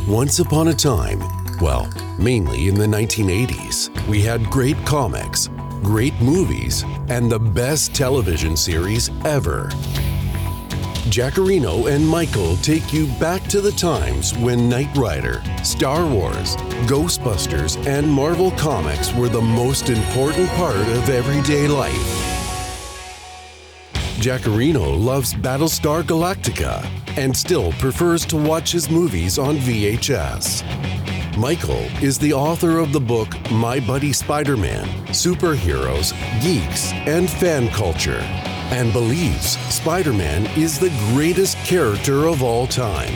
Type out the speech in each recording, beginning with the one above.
Once upon a time, well, mainly in the 1980s, we had great comics, great movies, and the best television series ever. Jackarino and Michael take you back to the times when Knight Rider, Star Wars, Ghostbusters, and Marvel Comics were the most important part of everyday life. Jackarino loves Battlestar Galactica and still prefers to watch his movies on VHS. Michael is the author of the book My Buddy Spider-Man, Superheroes, Geeks, and Fan Culture, and believes Spider-Man is the greatest character of all time.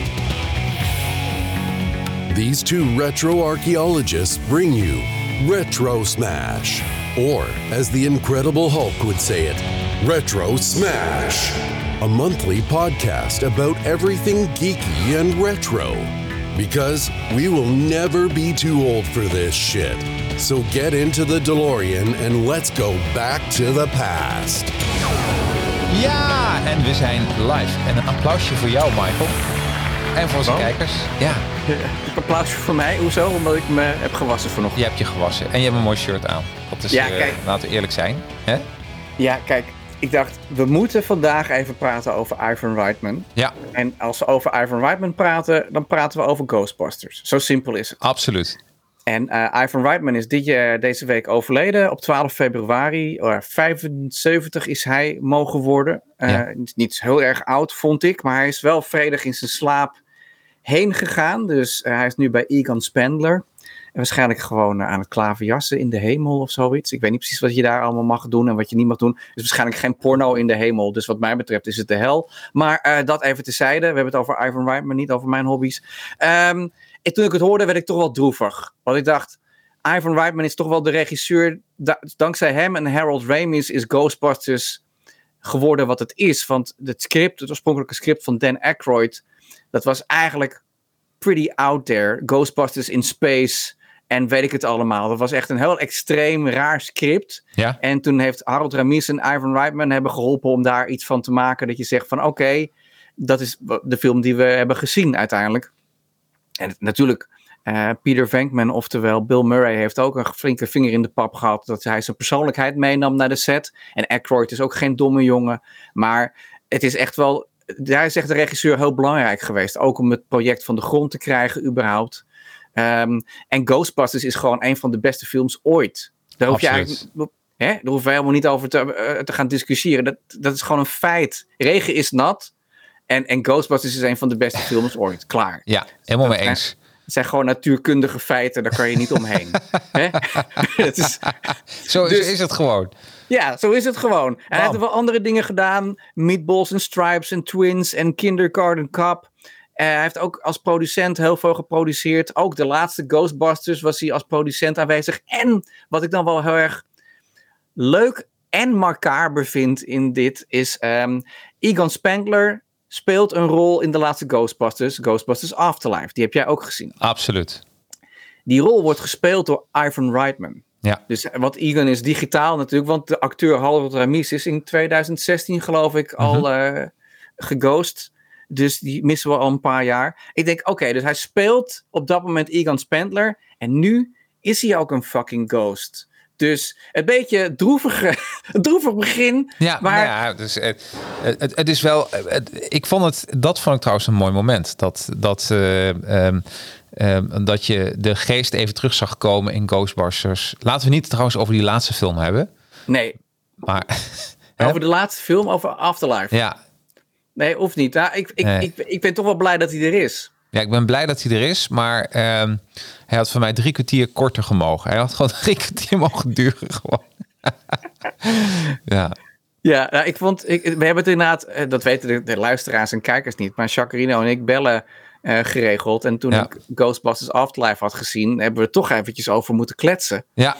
These two retro archaeologists bring you Retro Smash, or as the Incredible Hulk would say it, Retro Smash, a monthly podcast about everything geeky and retro. Because we will never be too old for this shit. So get into the DeLorean and let's go back to the past. Ja, en we zijn live. En een applausje voor jou, Michael. En voor onze kijkers. Ja. Een applausje voor mij. Hoezo? Omdat ik me heb gewassen vanochtend. Je hebt je gewassen en je hebt een mooi shirt aan. Dat is, laten we eerlijk zijn. Hè? Ja, kijk. Ik dacht, we moeten vandaag even praten over Ivan Reitman. Ja. En als we over Ivan Reitman praten, dan praten we over Ghostbusters. Zo simpel is het. Zo En Ivan Reitman is deze week overleden. Op 12 februari. 75 is hij mogen worden. Niet heel erg oud, vond ik. Maar hij is wel vredig in zijn slaap heen gegaan. Dus hij is nu bij Egon Spengler. En waarschijnlijk gewoon aan het klaverjassen in de hemel of zoiets. Ik weet niet precies wat je daar allemaal mag doen en wat je niet mag doen. Dus waarschijnlijk geen porno in de hemel. Dus wat mij betreft is het de hel. Maar dat even tezijde. We hebben het over Ivan Reitman, niet over mijn hobby's. En toen ik het hoorde, werd ik toch wel droevig. Want ik dacht, Ivan Reitman is toch wel de regisseur. Dankzij hem en Harold Ramis is Ghostbusters geworden wat het is. Want het oorspronkelijke script van Dan Aykroyd, dat was eigenlijk pretty out there. Ghostbusters in space en weet ik het allemaal. Dat was echt een heel extreem raar script. Ja. En toen heeft Harold Ramis en Ivan Reitman hebben geholpen om daar iets van te maken. Dat je zegt van oké, dat is de film die we hebben gezien uiteindelijk. En natuurlijk, Peter Venkman, oftewel Bill Murray, heeft ook een flinke vinger in de pap gehad. Dat hij zijn persoonlijkheid meenam naar de set. En Aykroyd is ook geen domme jongen. Maar het is echt wel, daar is echt de regisseur heel belangrijk geweest. Ook om het project van de grond te krijgen überhaupt. En Ghostbusters is gewoon een van de beste films ooit. Daar hoef je eigenlijk, daar hoeven we helemaal niet over te gaan discussiëren. Dat is gewoon een feit. Regen is nat. En Ghostbusters is een van de beste films ooit. Klaar. Ja, helemaal mee eens. Het zijn gewoon natuurkundige feiten. Daar kan je niet omheen. Zo is het gewoon. Ja, zo is het gewoon. En hij heeft wel andere dingen gedaan. Meatballs and Stripes en Twins en Kindergarten Cop. Hij heeft ook als producent heel veel geproduceerd. Ook de laatste Ghostbusters was hij als producent aanwezig. En wat ik dan wel heel erg leuk en macaber vind in dit is Egon Spengler speelt een rol in de laatste Ghostbusters Afterlife. Die heb jij ook gezien. Absoluut. Die rol wordt gespeeld door Ivan Reitman. Ja. Dus wat Egon is digitaal natuurlijk, want de acteur Harold Ramis is in 2016 geloof ik al geghost. Dus die missen we al een paar jaar. Ik denk, oké, dus hij speelt op dat moment Egon Spengler en nu is hij ook een fucking ghost. Dus een beetje droevig begin. Ja, maar dus, het is wel. Dat vond ik trouwens een mooi moment. Dat je de geest even terug zag komen in Ghostbusters. Laten we niet trouwens over die laatste film hebben. Nee. Maar over de laatste film, over Afterlife. Ja. Nee, hoeft niet. Nou, ik ben toch wel blij dat hij er is. Ja, ik ben blij dat hij er is, maar hij had voor mij 3 kwartier korter gemogen. Hij had gewoon 3 kwartier mogen duren gewoon. Ja. Ja, nou, we hebben het inderdaad, dat weten de luisteraars en kijkers niet, maar Jackarino en ik bellen geregeld. En toen ik Ghostbusters Afterlife had gezien, hebben we er toch eventjes over moeten kletsen. Ja.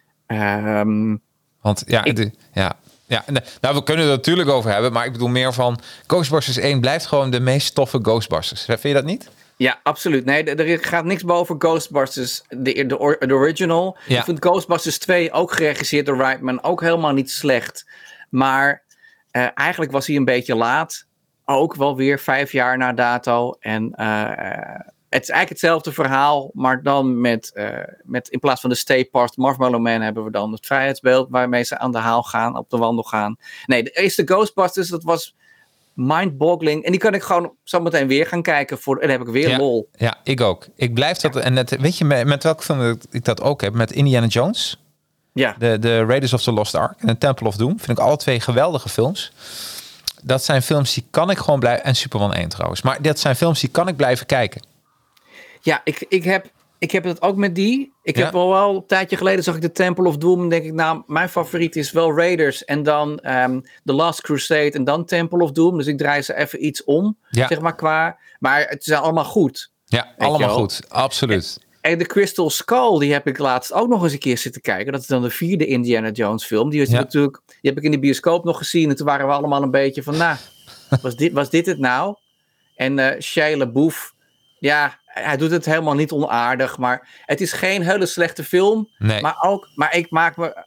Want nou, we kunnen het er natuurlijk over hebben, maar ik bedoel meer van Ghostbusters 1 blijft gewoon de meest toffe Ghostbusters. Vind je dat niet? Ja, absoluut. Nee, er gaat niks boven Ghostbusters, de original. Ja. Ik vind Ghostbusters 2 ook geregisseerd door Reitman ook helemaal niet slecht. Maar eigenlijk was hij een beetje laat. Ook wel weer 5 jaar na dato. En Het is eigenlijk hetzelfde verhaal, maar dan met in plaats van de Stay Puft Marshmallow Man hebben we dan het vrijheidsbeeld waarmee ze aan de haal gaan, op de wandel gaan. Nee, de eerste Ghostbusters, dat was mind-boggling. En die kan ik gewoon zo meteen weer gaan kijken. En dan heb ik weer lol. Ja, ik ook. Ik blijf dat... En weet je met welke film ik dat ook heb? Met Indiana Jones. Ja. De Raiders of the Lost Ark en The Temple of Doom. Vind ik alle twee geweldige films. Dat zijn films die kan ik gewoon blijven... En Superman 1 trouwens. Maar dat zijn films die kan ik blijven kijken. Ja, ik heb het ook met die. Ik heb al wel een tijdje geleden zag ik de Temple of Doom. En denk ik, nou, mijn favoriet is wel Raiders. En dan The Last Crusade. En dan Temple of Doom. Dus ik draai ze even iets om. Ja. Zeg maar qua. Maar het zijn allemaal goed. Ja, allemaal goed. Absoluut. En de Crystal Skull, die heb ik laatst ook nog eens een keer zitten kijken. Dat is dan de 4e Indiana Jones film. Die heb ik in de bioscoop nog gezien. En toen waren we allemaal een beetje van, nou, was dit het nou? En Shia LaBeouf, ja, hij doet het helemaal niet onaardig. Maar het is geen hele slechte film. Nee. Maar ik maak me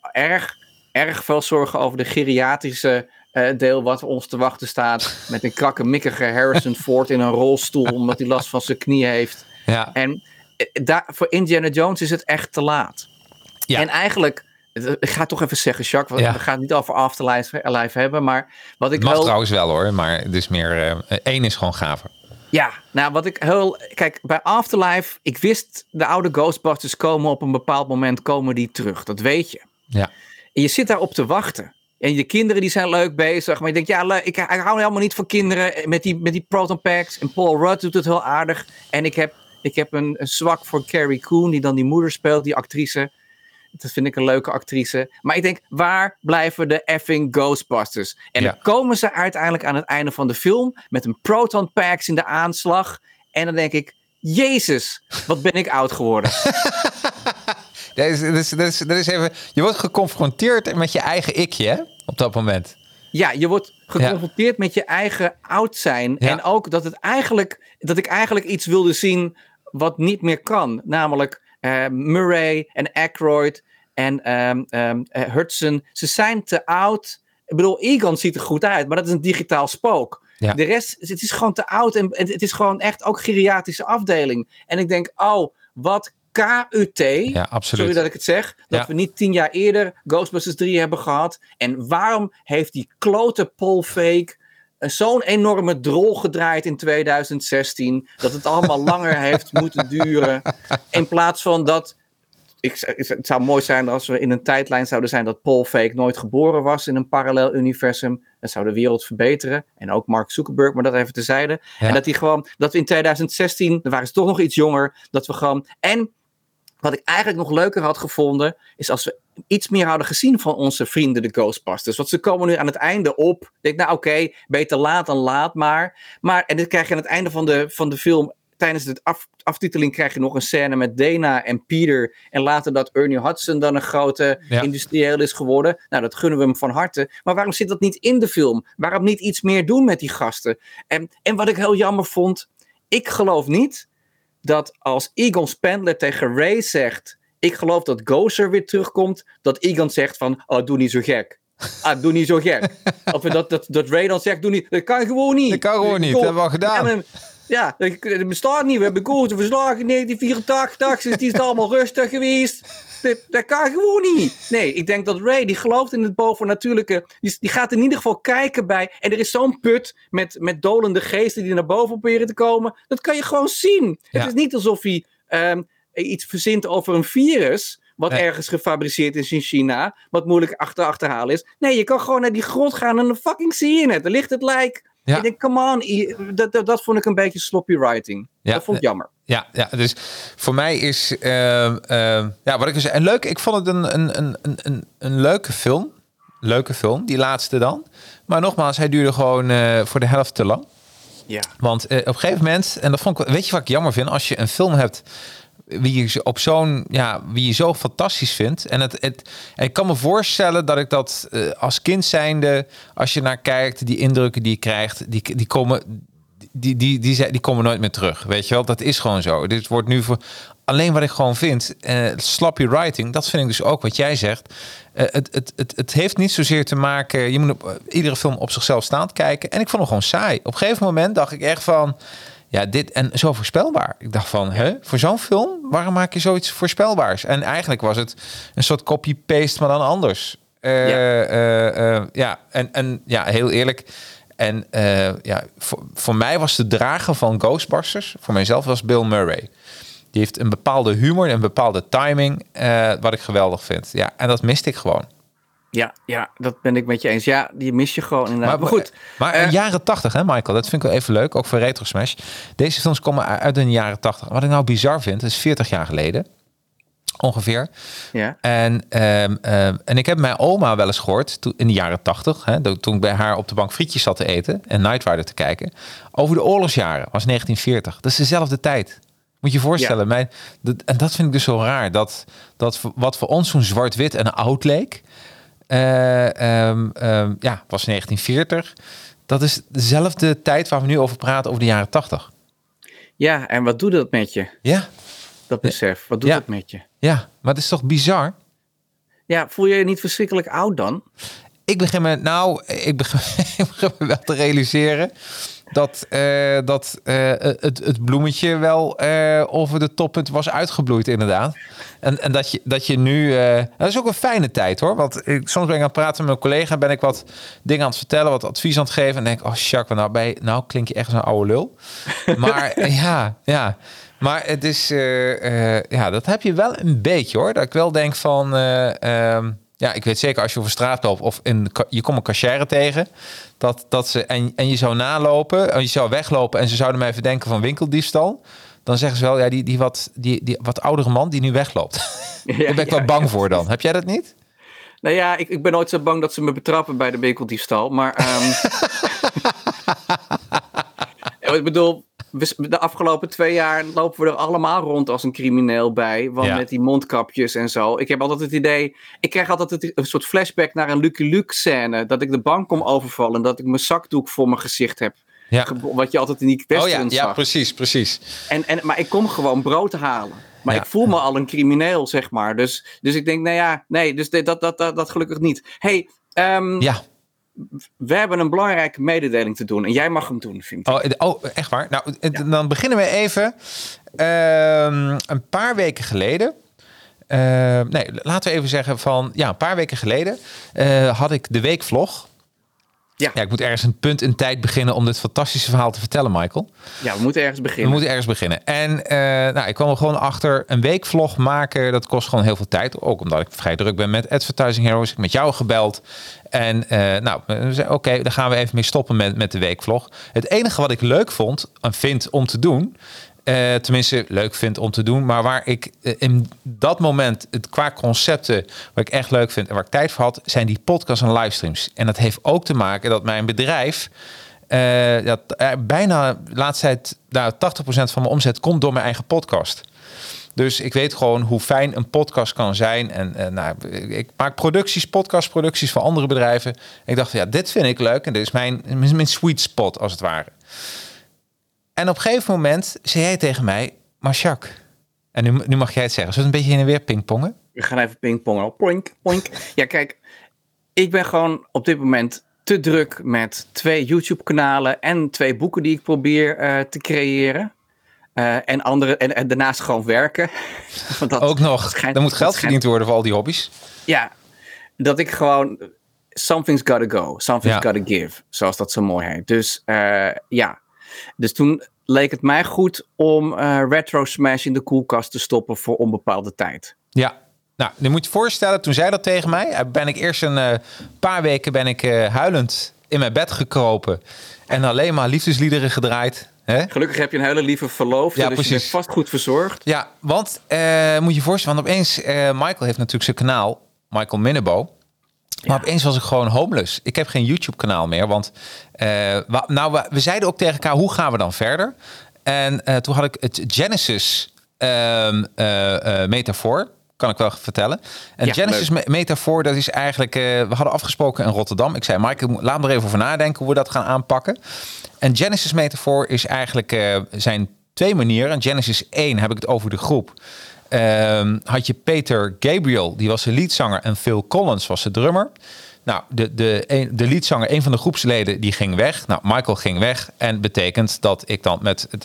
erg veel zorgen over de geriatrische deel wat ons te wachten staat. Met een krakkemikkige Harrison Ford in een rolstoel, omdat hij last van zijn knie heeft. Ja. En voor Indiana Jones is het echt te laat. Ja. En eigenlijk, ik ga toch even zeggen, Jacques, we gaan het niet over Afterlife hebben, maar wat ik mag trouwens wel hoor, maar het is meer, 1 is gewoon gaver. Ja, nou kijk, bij Afterlife, ik wist de oude Ghostbusters komen op een bepaald moment, komen die terug, dat weet je. Ja. En je zit daarop te wachten. En de kinderen die zijn leuk bezig. Maar je denkt, ja, ik hou helemaal niet van kinderen met die proton packs. En Paul Rudd doet het heel aardig. En ik heb een zwak voor Carrie Coon, die dan die moeder speelt, die actrice. Dat vind ik een leuke actrice. Maar ik denk, waar blijven de effing Ghostbusters? En dan komen ze uiteindelijk aan het einde van de film met een proton packs in de aanslag. En dan denk ik, Jezus, wat ben ik oud geworden. Dat is even, je wordt geconfronteerd met je eigen ikje, hè? Op dat moment. Ja, je wordt geconfronteerd met je eigen oud zijn. Ja. En ook dat ik eigenlijk iets wilde zien wat niet meer kan. Namelijk Murray en Aykroyd en Hudson. Ze zijn te oud. Ik bedoel, Egon ziet er goed uit, maar dat is een digitaal spook. Ja. De rest, het is gewoon te oud en het is gewoon echt ook geriatrische afdeling. En ik denk, wat KUT, ja, absoluut. Sorry dat ik het zeg, dat we niet 10 jaar eerder Ghostbusters 3 hebben gehad. En waarom heeft die klote Paul Feig zo'n enorme drol gedraaid in 2016, dat het allemaal langer heeft moeten duren, in plaats van dat... Het zou mooi zijn als we in een tijdlijn zouden zijn dat Paul Feig nooit geboren was in een parallel universum. Dat zou de wereld verbeteren. En ook Mark Zuckerberg, maar dat even terzijde. Ja. En dat we in 2016, dan waren ze toch nog iets jonger, dat we gewoon... En wat ik eigenlijk nog leuker had gevonden, is als we iets meer hadden gezien van onze vrienden de Ghostbusters. Want ze komen nu aan het einde op. Ik denk, nou oké, beter laat dan laat maar. En dan krijg je aan het einde van de film, tijdens de aftiteling krijg je nog een scène met Dana en Peter. En later dat Ernie Hudson dan een grote industrieel is geworden. Nou, dat gunnen we hem van harte. Maar waarom zit dat niet in de film? Waarom niet iets meer doen met die gasten? En wat ik heel jammer vond, ik geloof niet dat als Egon Spengler tegen Ray zegt, ik geloof dat Gozer weer terugkomt, dat Egon zegt van, doe niet zo gek. Doe niet zo gek. Of dat Ray dan zegt, doe niet, dat kan gewoon niet. Dat kan gewoon niet, dat hebben we al gedaan. Ja, dat bestaat niet. We hebben Gozer verslagen in 1984, dus die is allemaal rustig geweest. Dat kan gewoon niet. Nee, ik denk dat Ray, die gelooft in het bovennatuurlijke. Die gaat in ieder geval kijken bij. En er is zo'n put met dolende geesten die naar boven proberen te komen. Dat kan je gewoon zien. Ja. Het is niet alsof hij iets verzint over een virus, wat ergens gefabriceerd is in China, wat moeilijk achterhalen is. Nee, je kan gewoon naar die grot gaan en dan fucking zie je het. Er ligt het lijk. Ja. Ik denk, come on, dat vond ik een beetje sloppy writing. Ja. Dat vond ik jammer. Ja, dus voor mij is, wat ik zei, en leuk, ik vond het een leuke film. Leuke film, die laatste dan. Maar nogmaals, hij duurde gewoon voor de helft te lang. Ja. Want op een gegeven moment, en dat vond ik, weet je wat ik jammer vind? Als je een film hebt wie je zo fantastisch vindt. En ik kan me voorstellen dat ik dat als kind zijnde, als je naar kijkt, die indrukken die je krijgt, die komen nooit meer terug. Weet je wel, dat is gewoon zo. Dit wordt nu voor. Alleen wat ik gewoon vind, sloppy writing, dat vind ik dus ook wat jij zegt. Het heeft niet zozeer te maken, je moet iedere film op zichzelf staand kijken. En ik vond hem gewoon saai. Op een gegeven moment dacht ik echt van, ja, dit en zo voorspelbaar. Ik dacht van, voor zo'n film, waarom maak je zoiets voorspelbaars? En eigenlijk was het een soort copy-paste, maar dan anders. En heel eerlijk. En voor mij was de drager van Ghostbusters, voor mijzelf was Bill Murray. Die heeft een bepaalde humor en een bepaalde timing, wat ik geweldig vind. Ja, en dat miste ik gewoon. Ja, dat ben ik met je eens. Ja, die mis je gewoon inderdaad. Maar goed. Maar jaren 80, hè, Michael? Dat vind ik wel even leuk, ook voor Retro Smash. Deze films komen uit de jaren 80. Wat ik nou bizar vind, is 40 jaar geleden. Ongeveer. Ja. En ik heb mijn oma wel eens gehoord, in de jaren 80, toen ik bij haar op de bank frietjes zat te eten en Knight Rider te kijken, over de oorlogsjaren, was 1940. Dat is dezelfde tijd. Moet je je voorstellen. En dat vind ik dus zo raar. Dat wat voor ons zo'n zwart-wit en oud leek, was 1940. Dat is dezelfde tijd waar we nu over praten, over de jaren 80. Ja, en wat doet dat met je? Ja. Dat besef, wat doet dat met je? Ja, maar het is toch bizar? Ja, voel je je niet verschrikkelijk oud dan? Ik begin me wel te realiseren dat het bloemetje wel over de toppunt was uitgebloeid, inderdaad. En dat je nu... dat is ook een fijne tijd, hoor. Want soms ben ik aan het praten met mijn collega, ben ik wat dingen aan het vertellen, wat advies aan het geven. En denk ik, Jacques, nou klink je echt als een oude lul. Maar ja. Maar het is... dat heb je wel een beetje, hoor. Dat ik wel denk van... ik weet zeker als je over straat loopt of je komt een cashier tegen, dat ze en je zou nalopen, en je zou weglopen en ze zouden mij verdenken van winkeldiefstal, dan zeggen ze wel, ja, die wat oudere man die nu wegloopt. Daar ben ik wel bang voor dan. Heb jij dat niet? Nou ja, ik ben nooit zo bang dat ze me betrappen bij de winkeldiefstal, maar ik bedoel, de afgelopen 2 jaar lopen we er allemaal rond als een crimineel bij. Want met die mondkapjes en zo. Ik heb altijd het idee... Ik krijg altijd een soort flashback naar een Lucky Luke scène. Dat ik de bank kom overvallen en dat ik mijn zakdoek voor mijn gezicht heb. Ja. Wat je altijd in die westerns zag. Ja, precies. Maar ik kom gewoon brood halen. Maar ik voel me al een crimineel, zeg maar. Dus ik denk, dus dat gelukkig niet. Hey, we hebben een belangrijke mededeling te doen. En jij mag hem doen, vind ik. Oh, echt waar? Nou, dan beginnen we even. Een paar weken geleden... laten we even zeggen van... Ja, een paar weken geleden had ik de weekvlog. Ja, ik moet ergens een punt in tijd beginnen om dit fantastische verhaal te vertellen, Michael. Ja, we moeten ergens beginnen. En ik kwam er gewoon achter, een weekvlog maken, dat kost gewoon heel veel tijd. Ook omdat ik vrij druk ben met Advertising Heroes. Ik heb met jou gebeld. En we zeiden, oké, dan gaan we even mee stoppen met de weekvlog. Het enige wat ik leuk vond en vind om te doen... tenminste leuk vind om te doen, maar waar ik in dat moment het qua concepten wat ik echt leuk vind en waar ik tijd voor had, zijn die podcasts en livestreams. En dat heeft ook te maken dat mijn bedrijf bijna de laatste tijd 80% van mijn omzet komt door mijn eigen podcast. Dus ik weet gewoon hoe fijn een podcast kan zijn. En ik maak podcastproducties voor andere bedrijven. En ik dacht, dit vind ik leuk en dit is mijn sweet spot als het ware. En op een gegeven moment zei jij tegen mij, maar Jacques, en nu mag jij het zeggen. Zullen we een beetje heen en weer pingpongen? We gaan even pingpongen. Poink, poink. Ja, kijk, ik ben gewoon op dit moment te druk met 2 YouTube-kanalen en 2 boeken die ik probeer te creëren. En daarnaast gewoon werken. Ook nog. Er moet geld verdiend worden voor al die hobby's. Ja, dat ik gewoon... Something's gotta go. Something's gotta give. Zoals dat zo mooi heet. Dus Dus toen leek het mij goed om Retro Smash in de koelkast te stoppen voor onbepaalde tijd. Ja, nou, je moet je voorstellen, toen zei dat tegen mij, ben ik eerst een paar weken huilend in mijn bed gekropen en alleen maar liefdesliederen gedraaid. Hè? Gelukkig heb je een hele lieve verloofde, dus je bent vast goed verzorgd. Ja, want moet je voorstellen, want opeens, Michael heeft natuurlijk zijn kanaal, Michael Minnebo. Maar opeens was ik gewoon homeless. Ik heb geen YouTube-kanaal meer, want we zeiden ook tegen elkaar, hoe gaan we dan verder? En toen had ik het Genesis metafoor, kan ik wel vertellen. En Genesis metafoor, dat is eigenlijk, we hadden afgesproken in Rotterdam. Ik zei, Mike, laat me er even over nadenken hoe we dat gaan aanpakken. En Genesis metafoor is eigenlijk, zijn 2 manieren. Genesis 1 heb ik het over de groep. Had je Peter Gabriel, die was de leadzanger, en Phil Collins was de drummer. Nou, de leadzanger, een van de groepsleden, die ging weg. Nou, Michael ging weg. En betekent dat ik dan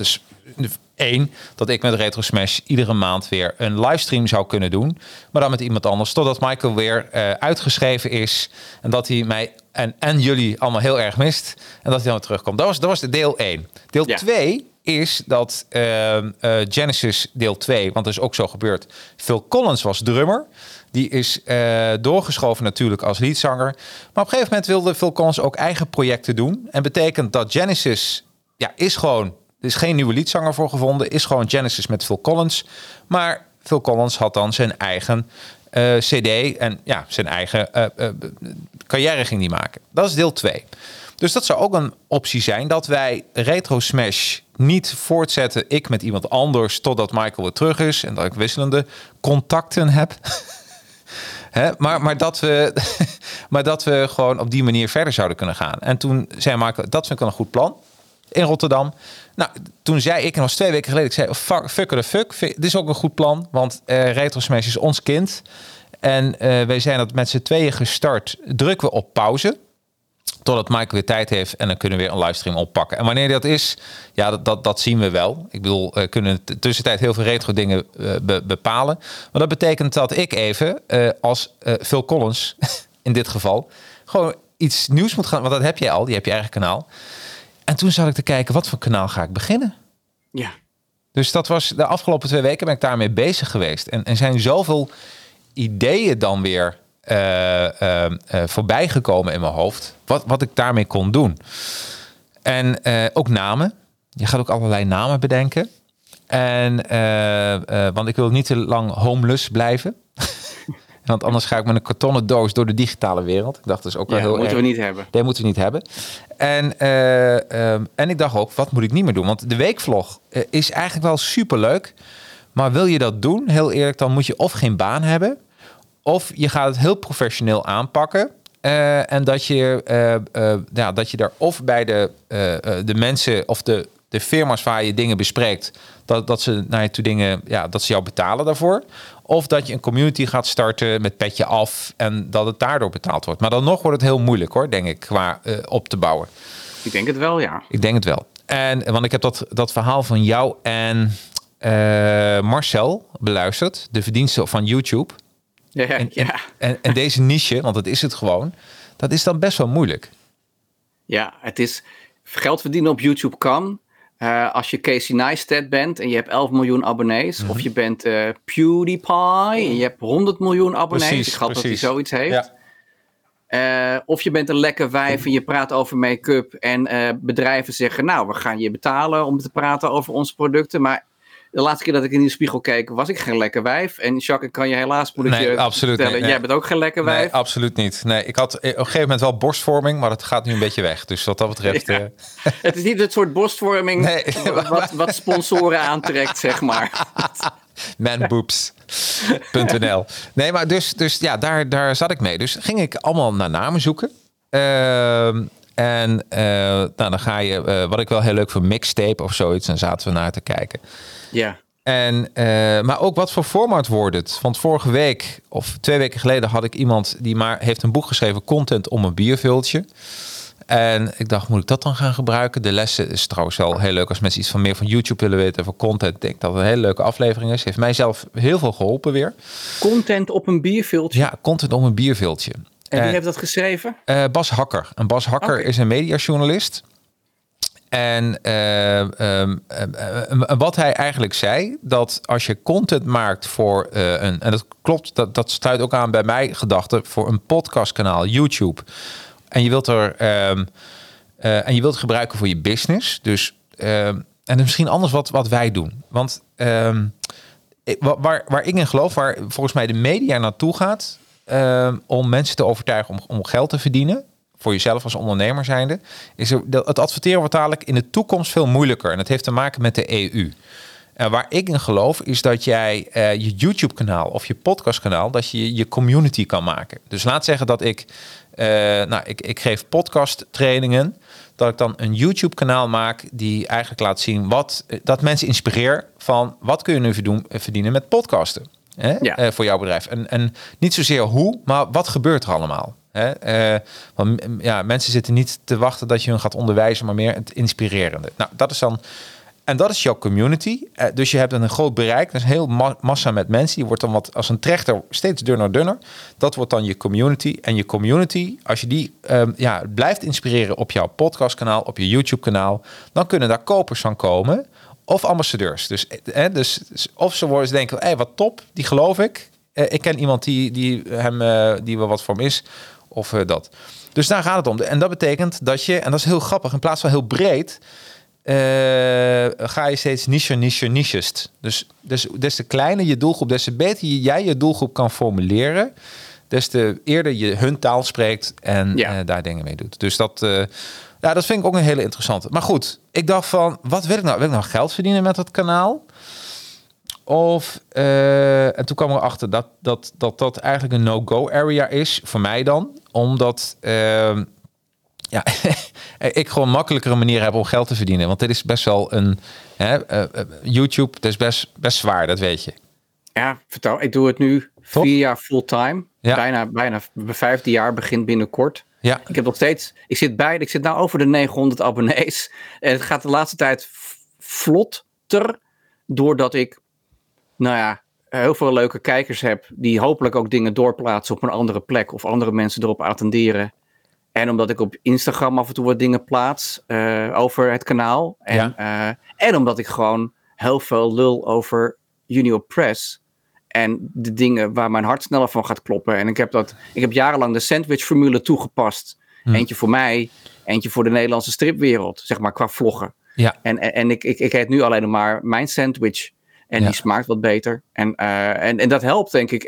dat ik met Retro Smash iedere maand weer een livestream zou kunnen doen. Maar dan met iemand anders. Totdat Michael weer uitgeschreven is. En dat hij mij en jullie allemaal heel erg mist. En dat hij dan weer terugkomt. Dat was de deel 1. Deel 2 is dat Genesis deel 2, want dat is ook zo gebeurd. Phil Collins was drummer. Die is doorgeschoven natuurlijk als leadzanger. Maar op een gegeven moment wilde Phil Collins ook eigen projecten doen. En betekent dat Genesis is gewoon... Er is geen nieuwe leadzanger voor gevonden. Is gewoon Genesis met Phil Collins. Maar Phil Collins had dan zijn eigen CD. En zijn eigen carrière ging die maken. Dat is deel 2. Dus dat zou ook een optie zijn. Dat wij Retro Smash niet voortzetten. Ik met iemand anders totdat Michael weer terug is. En dat ik wisselende contacten heb. Maar dat we gewoon op die manier verder zouden kunnen gaan. En toen zei Michael, dat vind ik wel een goed plan. In Rotterdam. Nou, toen zei ik, en dat was 2 weken geleden, ik zei, fuck the fuck. Dit is ook een goed plan, want Retro Smash is ons kind. En wij zijn dat met z'n tweeën gestart. Drukken we op pauze. Totdat Michael weer tijd heeft en dan kunnen we weer een livestream oppakken. En wanneer dat is, dat zien we wel. Ik bedoel, kunnen in de tussentijd heel veel retro dingen bepalen. Maar dat betekent dat ik even, als Phil Collins in dit geval, gewoon iets nieuws moet gaan. Want dat heb jij al, die heb je eigen kanaal. En toen zat ik te kijken, wat voor kanaal ga ik beginnen? Ja. Dus dat was de afgelopen 2 weken ben ik daarmee bezig geweest. En zijn zoveel ideeën dan weer voorbij gekomen in mijn hoofd. Wat ik daarmee kon doen. En ook namen. Je gaat ook allerlei namen bedenken. En want ik wil niet te lang homeless blijven. Want anders ga ik met een kartonnen doos door de digitale wereld. Ik dacht, dat is ook wel heel moeten erg. we niet hebben. Dat moeten we niet hebben. En ik dacht ook, wat moet ik niet meer doen? Want de weekvlog is eigenlijk wel superleuk. Maar wil je dat doen, heel eerlijk, dan moet je of geen baan hebben. Of je gaat het heel professioneel aanpakken. En dat je daar of bij de mensen of de firma's waar je dingen bespreekt, dat ze naar je toe dingen, dat ze jou betalen daarvoor. Of dat je een community gaat starten met petje af en dat het daardoor betaald wordt. Maar dan nog wordt het heel moeilijk hoor, denk ik, qua op te bouwen. Ik denk het wel, ja. Ik denk het wel. Want ik heb dat verhaal van jou en Marcel beluisterd, de verdiensten van YouTube. En deze niche, want dat is het gewoon, dat is dan best wel moeilijk. Ja, het is geld verdienen op YouTube kan. Als je Casey Neistat bent en je hebt 11 miljoen abonnees. Mm-hmm. Of je bent PewDiePie en je hebt 100 miljoen abonnees. Precies, ik schat dat hij zoiets heeft. Ja. Of je bent een lekker wijf en je praat over make-up. En bedrijven zeggen, nou, we gaan je betalen om te praten over onze producten. Maar de laatste keer dat ik in de spiegel keek, was ik geen lekker wijf. En Jacques, kan je helaas vertellen, jij bent ook geen lekker wijf. Nee, absoluut niet. Nee, ik had op een gegeven moment wel borstvorming, maar dat gaat nu een beetje weg. Dus wat dat betreft... Ja. Het is niet het soort borstvorming wat sponsoren aantrekt, zeg maar. Manboobs.nl. Nee, maar dus daar zat ik mee. Dus ging ik allemaal naar namen zoeken. Dan ga je, wat ik wel heel leuk voor mixtape of zoiets, dan zaten we naar te kijken. Ja. Maar ook wat voor format wordt het? Want vorige week of 2 weken geleden had ik iemand die heeft een boek geschreven, Content om een bierveeltje. En ik dacht, moet ik dat dan gaan gebruiken? De lessen is trouwens wel heel leuk als mensen iets meer van YouTube willen weten over content. Ik denk dat het een hele leuke aflevering is. Heeft mij zelf heel veel geholpen weer. Content op een bierveeltje? Ja, content om een bierveeltje. En wie heeft dat geschreven? Bas Hakker. En Bas Hakker is een mediajournalist. En wat hij eigenlijk zei, dat als je content maakt voor en dat klopt, dat sluit ook aan bij mij gedachten, voor een podcastkanaal, YouTube. En je wilt en je wilt gebruiken voor je business. Dus en dat is misschien anders wat wij doen. Want waar ik in geloof, waar volgens mij de media naartoe gaat, om mensen te overtuigen om geld te verdienen, voor jezelf als ondernemer zijnde, is het adverteren wordt dadelijk in de toekomst veel moeilijker. En dat heeft te maken met de EU. En waar ik in geloof is dat jij je YouTube-kanaal of je podcastkanaal, dat je je community kan maken. Dus laat zeggen dat ik geef podcast trainingen, dat ik dan een YouTube-kanaal maak die eigenlijk laat zien dat mensen inspireer van wat kun je nu verdienen met podcasten. Voor jouw bedrijf. En niet zozeer hoe, maar wat gebeurt er allemaal. Hè? Want mensen zitten niet te wachten dat je hun gaat onderwijzen, maar meer het inspirerende. Nou, dat is dan... En dat is jouw community. Dus je hebt een groot bereik. Dat is een heel massa met mensen. Die wordt dan wat als een trechter steeds dunner. Dat wordt dan je community. En je community, als je die blijft inspireren op jouw podcastkanaal, op je YouTube-kanaal, dan kunnen daar kopers van komen. Of ambassadeurs. Dus of ze worden denken, hey, wat top, die geloof ik. Ik ken iemand die wel wat voor hem is. Of dat. Dus daar gaat het om. En dat betekent dat je, en dat is heel grappig, in plaats van heel breed, ga je steeds niches. Dus des te kleiner je doelgroep, des te beter jij je doelgroep kan formuleren, des te eerder je hun taal spreekt en daar dingen mee doet. Dus dat vind ik ook een hele interessante. Maar goed, ik dacht van, wat wil ik nou? Wil ik nou geld verdienen met dat kanaal? En toen kwam ik erachter dat eigenlijk een no-go area is, voor mij dan. Omdat ik gewoon makkelijkere manier heb om geld te verdienen. Want dit is best wel een... YouTube, dat is best zwaar, dat weet je. Ja, vertel. Ik doe het nu 4 jaar fulltime. Ja. Bijna mijn 5e jaar begint binnenkort. Ja. Ik heb nog steeds... Ik zit nou over de 900 abonnees. En het gaat de laatste tijd vlotter. Doordat ik... heel veel leuke kijkers heb. Die hopelijk ook dingen doorplaatsen op een andere plek. Of andere mensen erop attenderen. En omdat ik op Instagram af en toe wat dingen plaats over het kanaal. En omdat ik gewoon heel veel lul over Junior Press. En de dingen waar mijn hart sneller van gaat kloppen. En ik heb jarenlang de sandwich-formule toegepast. Eentje voor mij, eentje voor de Nederlandse stripwereld. Zeg maar qua vloggen. Ja. En ik eet nu alleen nog maar mijn sandwich. En die smaakt wat beter. En dat helpt, denk ik.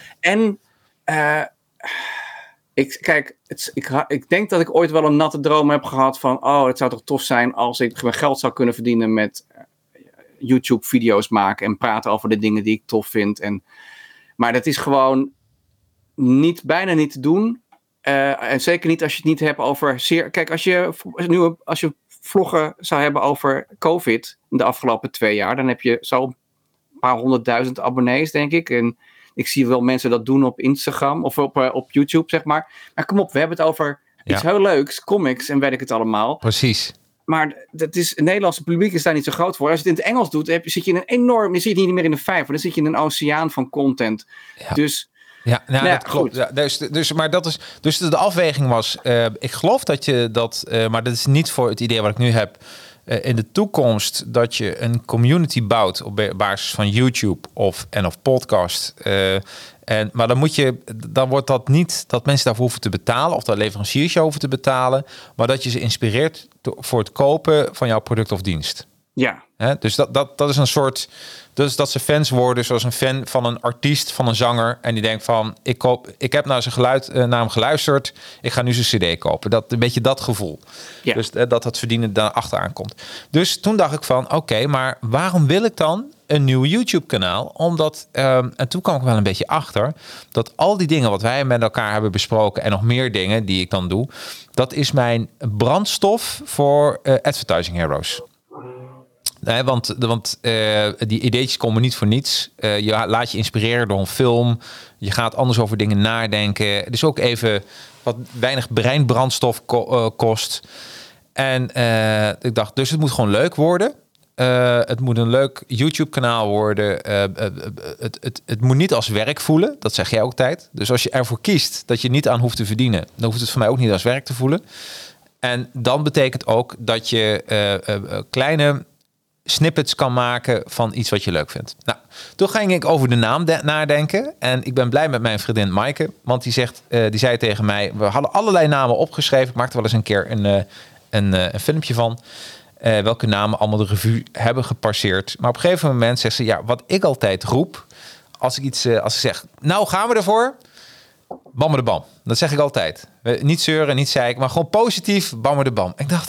Ik denk dat ik ooit wel een natte droom heb gehad van, het zou toch tof zijn als ik mijn geld zou kunnen verdienen met YouTube-video's maken en praten over de dingen die ik tof vind. Maar dat is gewoon bijna niet te doen. En zeker niet als je het niet hebt over... Kijk, als je vloggen zou hebben over COVID in de afgelopen 2 jaar, dan heb je zo'n paar 100.000 abonnees, denk ik. En ik zie wel mensen dat doen op Instagram of op YouTube, zeg maar. Maar kom op, we hebben het over iets heel leuks, comics en weet ik het allemaal. Precies. Maar het Nederlandse publiek is daar niet zo groot voor. Als je het in het Engels doet, zit je in een enorm... Dan zit je niet meer in een vijver, dan zit je in een oceaan van content. Ja. Dus... dat klopt. Ja, dus de afweging was... ik geloof dat je dat... maar dat is niet voor het idee wat ik nu heb... in de toekomst dat je een community bouwt op basis van YouTube of podcast. Maar dan wordt dat niet dat mensen daarvoor hoeven te betalen of dat leveranciers je hoeven te betalen, maar dat je ze inspireert voor het kopen van jouw product of dienst. Ja. Dus dat is een soort... Dus dat ze fans worden zoals een fan van een artiest, van een zanger. En die denkt van, ik heb naar hem geluisterd. Ik ga nu zijn cd kopen. Een beetje dat gevoel. Ja. Dus dat het verdienen daar achteraan komt. Dus toen dacht ik van, oké, maar waarom wil ik dan een nieuw YouTube-kanaal? Omdat, en toen kwam ik wel een beetje achter, dat al die dingen wat wij met elkaar hebben besproken en nog meer dingen die ik dan doe, dat is mijn brandstof voor Advertising Heroes. Nee, want die ideetjes komen niet voor niets. Je laat je inspireren door een film. Je gaat anders over dingen nadenken. Dus ook even wat weinig breinbrandstof kost. En ik dacht, dus het moet gewoon leuk worden. Het moet een leuk YouTube-kanaal worden. Het moet niet als werk voelen. Dat zeg jij ook altijd. Dus als je ervoor kiest dat je niet aan hoeft te verdienen, dan hoeft het voor mij ook niet als werk te voelen. En dan betekent ook dat je kleine snippets kan maken van iets wat je leuk vindt. Nou, toen ging ik over de naam nadenken. En ik ben blij met mijn vriendin Maaike. Want die zei tegen mij, we hadden allerlei namen opgeschreven. Ik maakte wel eens een keer een filmpje van. Welke namen allemaal de revue hebben gepasseerd. Maar op een gegeven moment zegt ze, wat ik altijd roep, als ik zeg, nou gaan we ervoor, bam de bam. Dat zeg ik altijd. Niet zeuren, niet zeiken, maar gewoon positief, bam de bam. Ik dacht,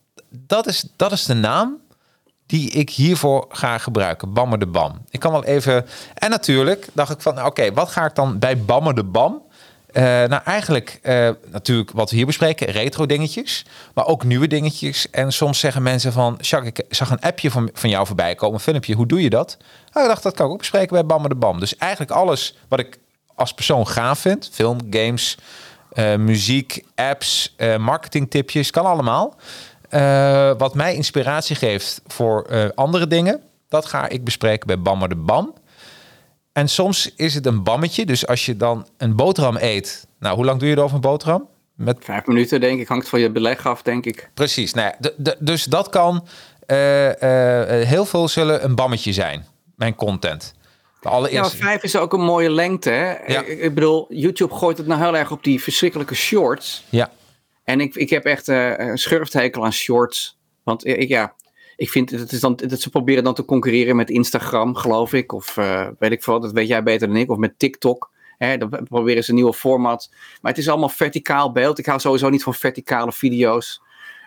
dat is de naam die ik hiervoor ga gebruiken. Bammer de Bam. Ik kan wel even... En natuurlijk dacht ik van, oké, wat ga ik dan bij Bammer de Bam? Eigenlijk natuurlijk wat we hier bespreken, retro dingetjes, maar ook nieuwe dingetjes. En soms zeggen mensen van, Jacques, ik zag een appje van jou voorbij komen, een filmpje, hoe doe je dat? Nou, ik dacht, dat kan ik ook bespreken bij Bammer de Bam. Dus eigenlijk alles wat ik als persoon gaaf vind, film, games, muziek, apps, marketingtipjes, kan allemaal. Wat mij inspiratie geeft voor andere dingen, dat ga ik bespreken bij Bammer de Bam. En soms is het een bammetje. Dus als je dan een boterham eet... Nou, hoe lang doe je erover een boterham? Met 5 minuten, denk ik. Hangt van je beleg af, denk ik. Precies. Nou ja, dus dat kan... heel veel zullen een bammetje zijn. Mijn content. De allereerste... 5 is ook een mooie lengte. Hè? Ja. Ik bedoel, YouTube gooit het nou heel erg op die verschrikkelijke shorts. Ja. En ik heb echt een schurfthekel aan shorts. Want ik vind dat ze proberen dan te concurreren met Instagram, geloof ik. Of weet ik veel, dat weet jij beter dan ik. Of met TikTok. Dan proberen ze een nieuwe format. Maar het is allemaal verticaal beeld. Ik hou sowieso niet van verticale video's.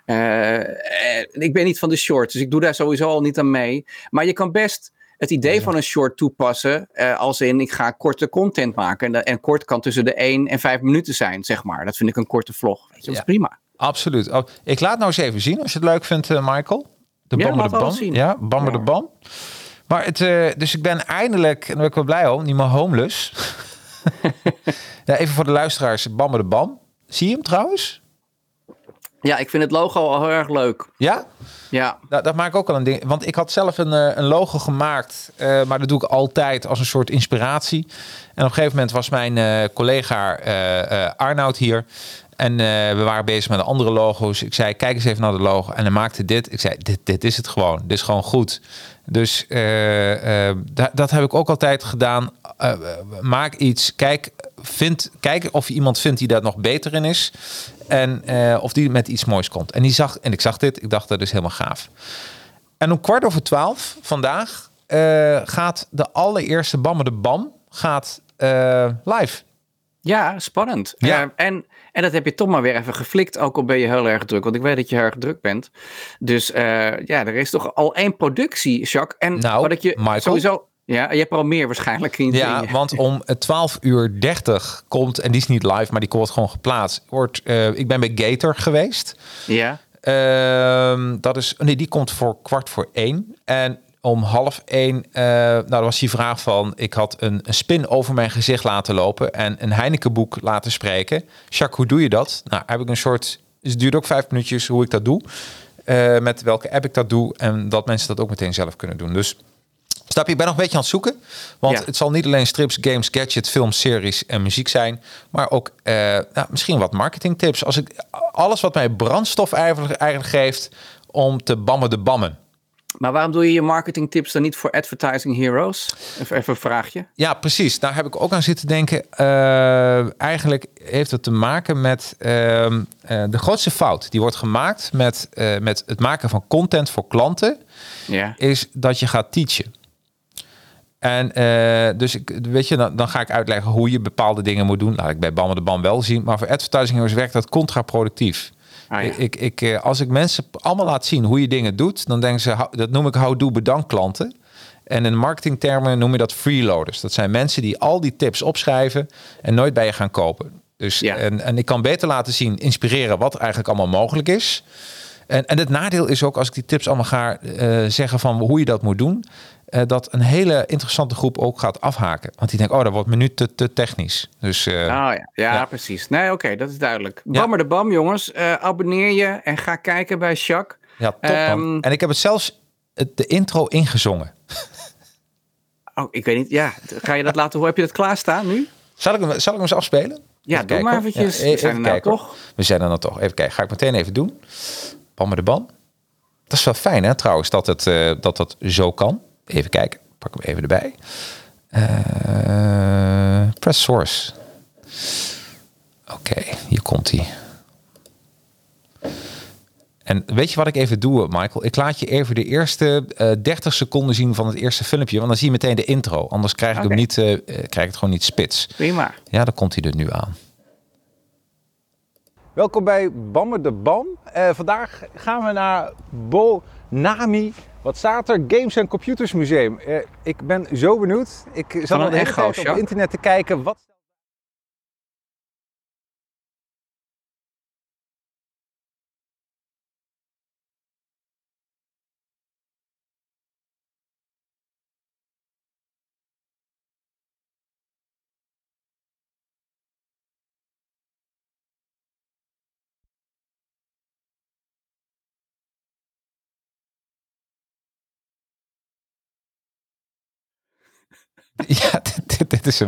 Ik ben niet van de shorts, dus ik doe daar sowieso al niet aan mee. Maar je kan best het idee van een short toepassen. Als in, ik ga korte content maken. En kort kan tussen de 1 en 5 minuten zijn, zeg maar. Dat vind ik een korte vlog. Weet je, dat is prima. Absoluut. Ik laat nou eens even zien, als je het leuk vindt, Michael. De Bammer de Bam. Ja, Bammer de Bam. Maar dus ik ben eindelijk, en daar ben ik wel blij om, niet meer homeless. Ja, even voor de luisteraars, Bammer de Bam. Zie je hem trouwens? Ja, ik vind het logo al heel erg leuk. Ja? Ja. Dat maak ik ook al een ding. Want ik had zelf een logo gemaakt. Maar dat doe ik altijd als een soort inspiratie. En op een gegeven moment was mijn collega Arnoud hier. En we waren bezig met de andere logo's. Ik zei, kijk eens even naar de logo. En hij maakte dit. Ik zei, dit is het gewoon. Dit is gewoon goed. Dus dat heb ik ook altijd gedaan. Maak iets. Kijk of je iemand vindt die daar nog beter in is. En of die met iets moois komt. En ik zag dit. Ik dacht, dat is helemaal gaaf. En om 11:15 vandaag gaat de allereerste Bammer de Bam live. Ja, spannend. Ja. En dat heb je toch maar weer even geflikt, ook al ben je heel erg druk. Want ik weet dat je heel erg druk bent. Dus er is toch al 1 productie, Jacques. En nou, wat ik je Michael, sowieso... Ja, je hebt er al meer waarschijnlijk in. Ja, want om 12:30 komt, en die is niet live, maar die wordt gewoon geplaatst. Ik ben bij Gator geweest. Ja. Die komt voor 12:45. En om 12:30, nou, was die vraag van... Ik had een spin over mijn gezicht laten lopen en een Heineken-boek laten spreken. Jacques, hoe doe je dat? Nou, heb ik een soort... Het duurt ook 5 minuutjes hoe ik dat doe. Met welke app ik dat doe. En dat mensen dat ook meteen zelf kunnen doen. Dus snap je, ik ben nog een beetje aan het zoeken. Want het zal niet alleen strips, games, gadgets, films, series en muziek zijn. Maar ook misschien wat marketingtips. Alles wat mij brandstof eigenlijk geeft om te bammen de bammen. Maar waarom doe je je marketingtips dan niet voor Advertising Heroes? Even een vraagje. Ja, precies. Daar heb ik ook aan zitten denken. Eigenlijk heeft het te maken met de grootste fout. Die wordt gemaakt met het maken van content voor klanten. Ja. Is dat je gaat teachen. En dus dan ga ik uitleggen hoe je bepaalde dingen moet doen. Laat ik bij Bammer de Bam wel zien. Maar voor Advertising Heroes werkt dat contraproductief. Als ik mensen allemaal laat zien hoe je dingen doet, dan denken ze, dat noem ik houdoe bedankt klanten. En in marketingtermen noem je dat freeloaders. Dat zijn mensen die al die tips opschrijven en nooit bij je gaan kopen. Dus, en ik kan beter laten zien, inspireren wat eigenlijk allemaal mogelijk is. En het nadeel is ook, als ik die tips allemaal ga zeggen van hoe je dat moet doen, dat een hele interessante groep ook gaat afhaken. Want die denkt, dat wordt me nu te technisch. Dus, precies. Nee, oké, dat is duidelijk. Bammer de Bam, jongens. Abonneer je en ga kijken bij Jacques. Ja, top man. En ik heb het zelfs de intro ingezongen. Oh, ik weet niet. Ja, ga je dat laten horen? Heb je dat klaarstaan nu? Zal ik hem eens afspelen? Ja, doe maar eventjes. Ja, even kijken, toch? We zijn er nou toch. Even kijken. Ga ik meteen even doen. Bammer de Bam. Dat is wel fijn, hè, trouwens, dat zo kan. Even kijken. Pak hem even erbij. Press source. Oké, hier komt hij. En weet je wat ik even doe, Michael? Ik laat je even de eerste 30 seconden zien van het eerste filmpje. Want dan zie je meteen de intro. Anders krijg ik hem niet, krijg ik het gewoon niet spits. Prima. Ja, dan komt hij er nu aan. Welkom bij Bammer de Bam. Vandaag gaan we naar Bonami. Wat staat er? Games en Computers Museum. Ik ben zo benieuwd. Ik zat al de hele tijd op internet te kijken. Wat Ja, dit is hem.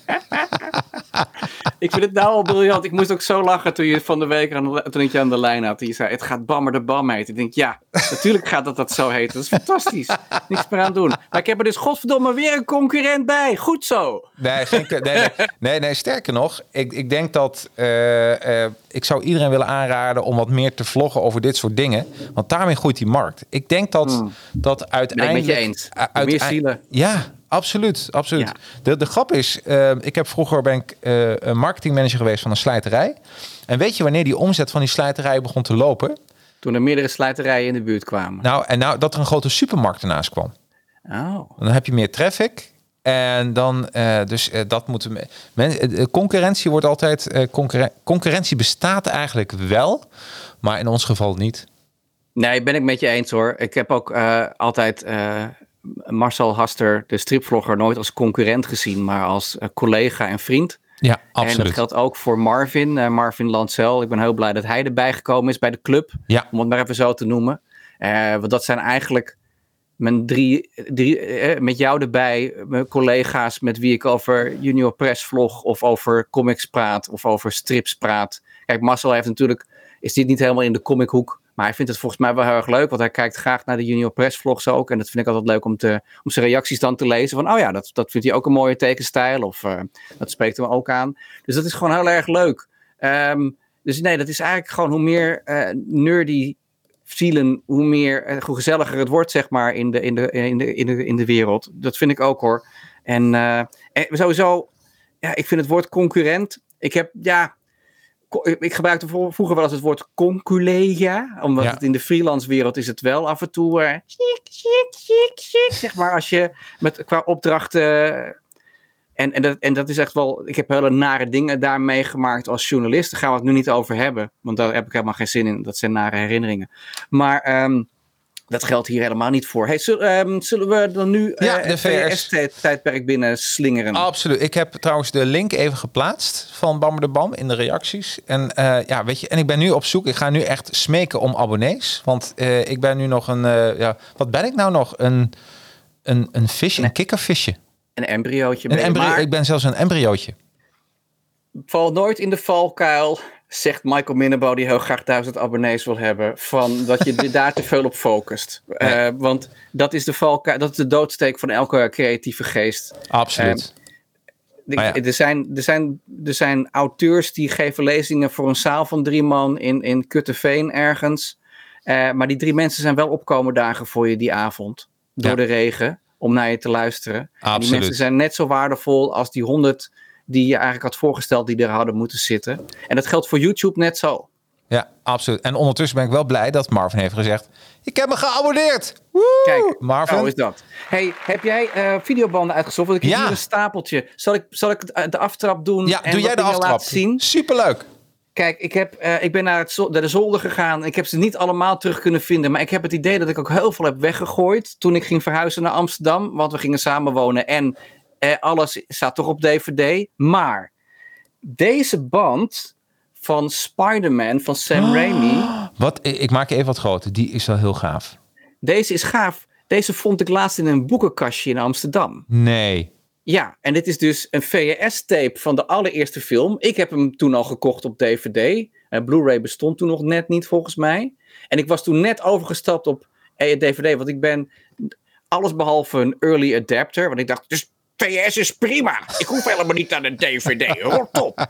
Ik vind het nou al briljant. Ik moest ook zo lachen toen je van de week toen ik je aan de lijn had. Je zei, het gaat Bammer de Bam heten. Ik denk, ja, natuurlijk gaat dat zo heten. Dat is fantastisch. Niks meer aan doen. Maar ik heb er dus godverdomme weer een concurrent bij. Goed zo. Nee, sterker nog. Ik denk dat... ik zou iedereen willen aanraden om wat meer te vloggen over dit soort dingen. Want daarmee groeit die markt. Ik denk dat uiteindelijk... Ben ik met je eens. Meer zielen. Ja, absoluut. Ja. De grap is, ben ik marketingmanager geweest van een slijterij. En weet je wanneer die omzet van die slijterij begon te lopen? Toen er meerdere slijterijen in de buurt kwamen. Nou, dat er een grote supermarkt ernaast kwam. Oh. Dan heb je meer traffic. En dan, dat moeten concurrentie wordt altijd... concurrentie bestaat eigenlijk wel, maar in ons geval niet. Nee, ben ik met je eens hoor. Ik heb ook altijd... Marcel Haster, de stripvlogger, nooit als concurrent gezien, maar als collega en vriend. Ja, absoluut. En dat geldt ook voor Marvin, Marvin Lancel. Ik ben heel blij dat hij erbij gekomen is bij de club, om het maar even zo te noemen. Want dat zijn eigenlijk mijn drie met jou erbij, mijn collega's met wie ik over Junior Press vlog of over comics praat of over strips praat. Kijk, Marcel heeft natuurlijk, is dit niet helemaal in de comichoek. Maar hij vindt het volgens mij wel heel erg leuk, want hij kijkt graag naar de Junior Press vlogs ook. En dat vind ik altijd leuk om zijn reacties dan te lezen. Van, oh ja, dat vindt hij ook een mooie tekenstijl. Of dat spreekt hem ook aan. Dus dat is gewoon heel erg leuk. Dus nee, dat is eigenlijk gewoon hoe meer nerdy zielen, hoe gezelliger het wordt, zeg maar, in de wereld. Dat vind ik ook, hoor. En sowieso, ja, ik vind het woord concurrent. Ik gebruikte vroeger wel eens het woord conculega. Omdat het in de freelance wereld is het wel af en toe... zeg maar als je qua opdrachten... En dat is echt wel... Ik heb hele nare dingen daar meegemaakt als journalist. Daar gaan we het nu niet over hebben. Want daar heb ik helemaal geen zin in. Dat zijn nare herinneringen. Maar... dat geldt hier helemaal niet voor. Hey, zullen we dan nu de VS-tijdperk binnen slingeren? Absoluut. Ik heb trouwens de link even geplaatst van Bammer de Bam in de reacties. En weet je, en ik ben nu op zoek. Ik ga nu echt smeken om abonnees. Want ik ben nu nog wat ben ik nou nog? Een visje, een kikkervisje. Een embryootje. Ik ben zelfs een embryootje. Val nooit in de valkuil, zegt Michael Minnebo, die heel graag 1000 abonnees wil hebben, van dat je daar te veel op focust. Nee. Want dat is de valkuil, dat is de doodsteek van elke creatieve geest. Absoluut. Er zijn auteurs die geven lezingen voor een zaal van 3 man in Kutteveen ergens. Maar die 3 mensen zijn wel opkomen dagen voor je die avond. Door de regen, om naar je te luisteren. En die mensen zijn net zo waardevol als die 100 die je eigenlijk had voorgesteld die er hadden moeten zitten. En dat geldt voor YouTube net zo. Ja, absoluut. En ondertussen ben ik wel blij dat Marvin heeft gezegd, ik heb me geabonneerd. Woe! Kijk, Marvin. Zo is dat. Hey, heb jij videobanden uitgezocht? Want ik heb hier een stapeltje. Zal ik de aftrap doen? Ja, en doe jij de aftrap. Laten zien? Superleuk. Kijk, ik ben naar de zolder gegaan. Ik heb ze niet allemaal terug kunnen vinden. Maar ik heb het idee dat ik ook heel veel heb weggegooid toen ik ging verhuizen naar Amsterdam. Want we gingen samenwonen en alles staat toch op DVD. Maar deze band van Spider-Man van Sam Raimi. Ik maak je even wat groter. Die is wel heel gaaf. Deze is gaaf. Deze vond ik laatst in een boekenkastje in Amsterdam. Nee. Ja, en dit is dus een VHS-tape van de allereerste film. Ik heb hem toen al gekocht op DVD. Blu-ray bestond toen nog net niet, volgens mij. En ik was toen net overgestapt op DVD. Want ik ben allesbehalve een early adapter. Want ik dacht, dus VHS is prima. Ik hoef helemaal niet aan een DVD. Rot op.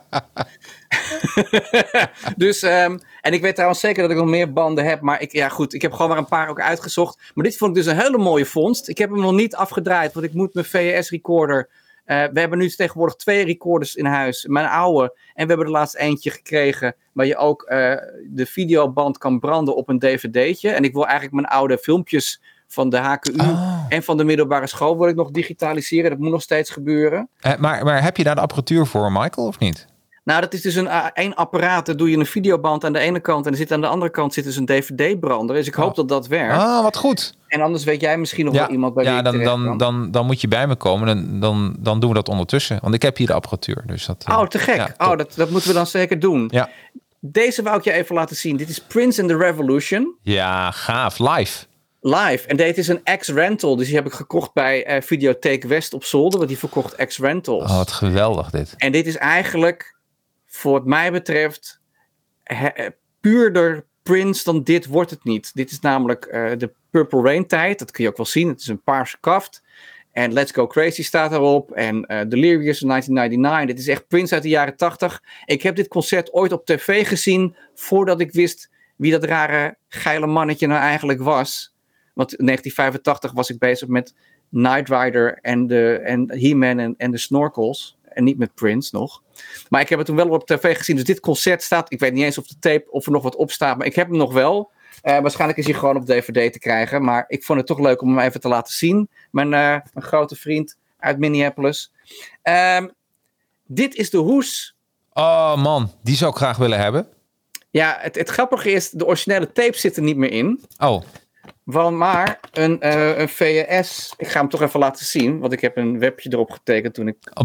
Dus, en ik weet trouwens zeker dat ik nog meer banden heb. Maar ik heb gewoon maar een paar ook uitgezocht. Maar dit vond ik dus een hele mooie vondst. Ik heb hem nog niet afgedraaid, want ik moet mijn VHS-recorder... we hebben nu tegenwoordig 2 recorders in huis. Mijn oude. En we hebben er laatst eentje gekregen waar je ook de videoband kan branden op een dvd'tje. En ik wil eigenlijk mijn oude filmpjes van de HKU en van de middelbare school wil ik nog digitaliseren. Dat moet nog steeds gebeuren. Maar heb je daar de apparatuur voor, Michael, of niet? Nou, dat is dus één apparaat. Daar doe je een videoband aan de ene kant en er zit aan de andere kant zit dus een dvd-brander. Dus ik hoop dat dat werkt. Ah, wat goed. En anders weet jij misschien nog wel iemand bij wie dan moet je bij me komen en dan doen we dat ondertussen. Want ik heb hier de apparatuur. Dus dat, te gek. Dat moeten we dan zeker doen. Ja. Deze wou ik je even laten zien. Dit is Prince and the Revolution. Ja, gaaf. Live. Live. En dit is een ex-rental. Dus die heb ik gekocht bij Videotheek West op zolder. Want die verkocht ex-rentals. Oh, wat geweldig dit. En dit is eigenlijk, voor wat mij betreft, puurder Prince dan dit wordt het niet. Dit is namelijk de Purple Rain tijd. Dat kun je ook wel zien. Het is een paarse kaft. En Let's Go Crazy staat erop. En Delirious van 1999. Dit is echt Prince uit de jaren 80. Ik heb dit concert ooit op tv gezien voordat ik wist wie dat rare geile mannetje nou eigenlijk was. Want in 1985 was ik bezig met Knight Rider en He-Man en de Snorkels. En niet met Prince nog. Maar ik heb het toen wel op tv gezien. Dus dit concert staat, ik weet niet eens of de tape of er nog wat op staat. Maar ik heb hem nog wel. Waarschijnlijk is hij gewoon op DVD te krijgen. Maar ik vond het toch leuk om hem even te laten zien. Mijn grote vriend uit Minneapolis. Dit is de hoes. Oh man, die zou ik graag willen hebben. Ja, het grappige is, de originele tape zit er niet meer in. Oh. Maar een VHS, ik ga hem toch even laten zien, want ik heb een webje erop getekend toen ik... Een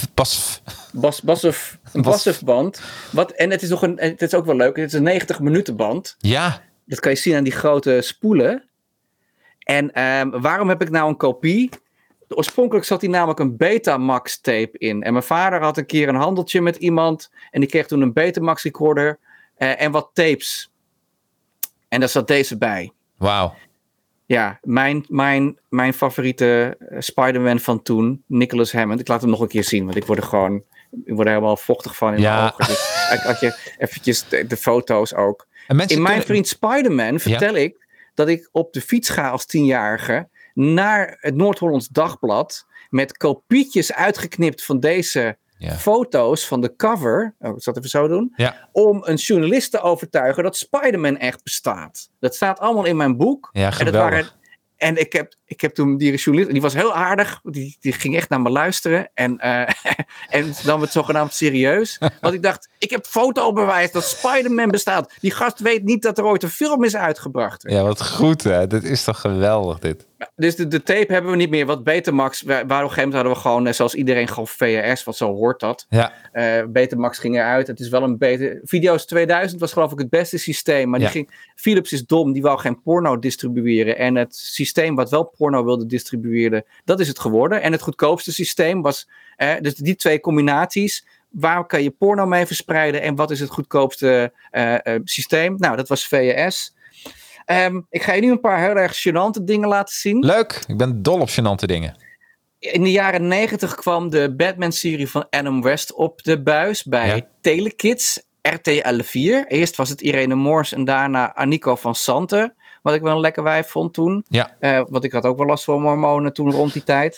Bassef band. En het is ook wel leuk, het is een 90 minuten band. Ja. Dat kan je zien aan die grote spoelen. En waarom heb ik nou een kopie? Oorspronkelijk zat hier namelijk een Betamax tape in. En mijn vader had een keer een handeltje met iemand en die kreeg toen een Betamax recorder en wat tapes. En daar zat deze bij. Wauw. Ja, mijn favoriete Spider-Man van toen, Nicholas Hammond. Ik laat hem nog een keer zien, want ik word er helemaal vochtig van in mijn ogen. Dus had je eventjes de foto's ook. In Mijn Vriend Spider-Man vertel ik dat ik op de fiets ga als 10-jarige naar het Noord-Hollands Dagblad met kopietjes uitgeknipt van deze foto's van de cover, ik zal het even zo doen, om een journalist te overtuigen dat Spider-Man echt bestaat. Dat staat allemaal in mijn boek. Ja, geweldig. En ik heb toen die journalist, die was heel aardig, die ging echt naar me luisteren en nam het zogenaamd serieus. Want ik dacht, ik heb fotobewijs dat Spider-Man bestaat. Die gast weet niet dat er ooit een film is uitgebracht. Ja, wat goed hè. Dit is toch geweldig dit. Dus de tape hebben we niet meer. Wat Betamax, op een gegeven moment hadden we gewoon, zoals iedereen, gewoon VHS, want zo hoort dat. Ja. Betamax ging eruit. Het is wel een beter... Video's 2000 was geloof ik het beste systeem. Maar Philips is dom, die wou geen porno distribueren. En het systeem wat wel porno wilde distribueren, dat is het geworden. En het goedkoopste systeem was... dus die twee combinaties, waar kan je porno mee verspreiden en wat is het goedkoopste systeem? Nou, dat was VHS. Ik ga je nu een paar heel erg gênante dingen laten zien. Leuk, ik ben dol op gênante dingen. In de jaren 90 kwam de Batman-serie van Adam West op de buis bij Telekids, RTL 4. Eerst was het Irene Moors en daarna Annico van Santen. Wat ik wel een lekker wijf vond toen. Ja. Want ik had ook wel last van hormonen toen rond die tijd.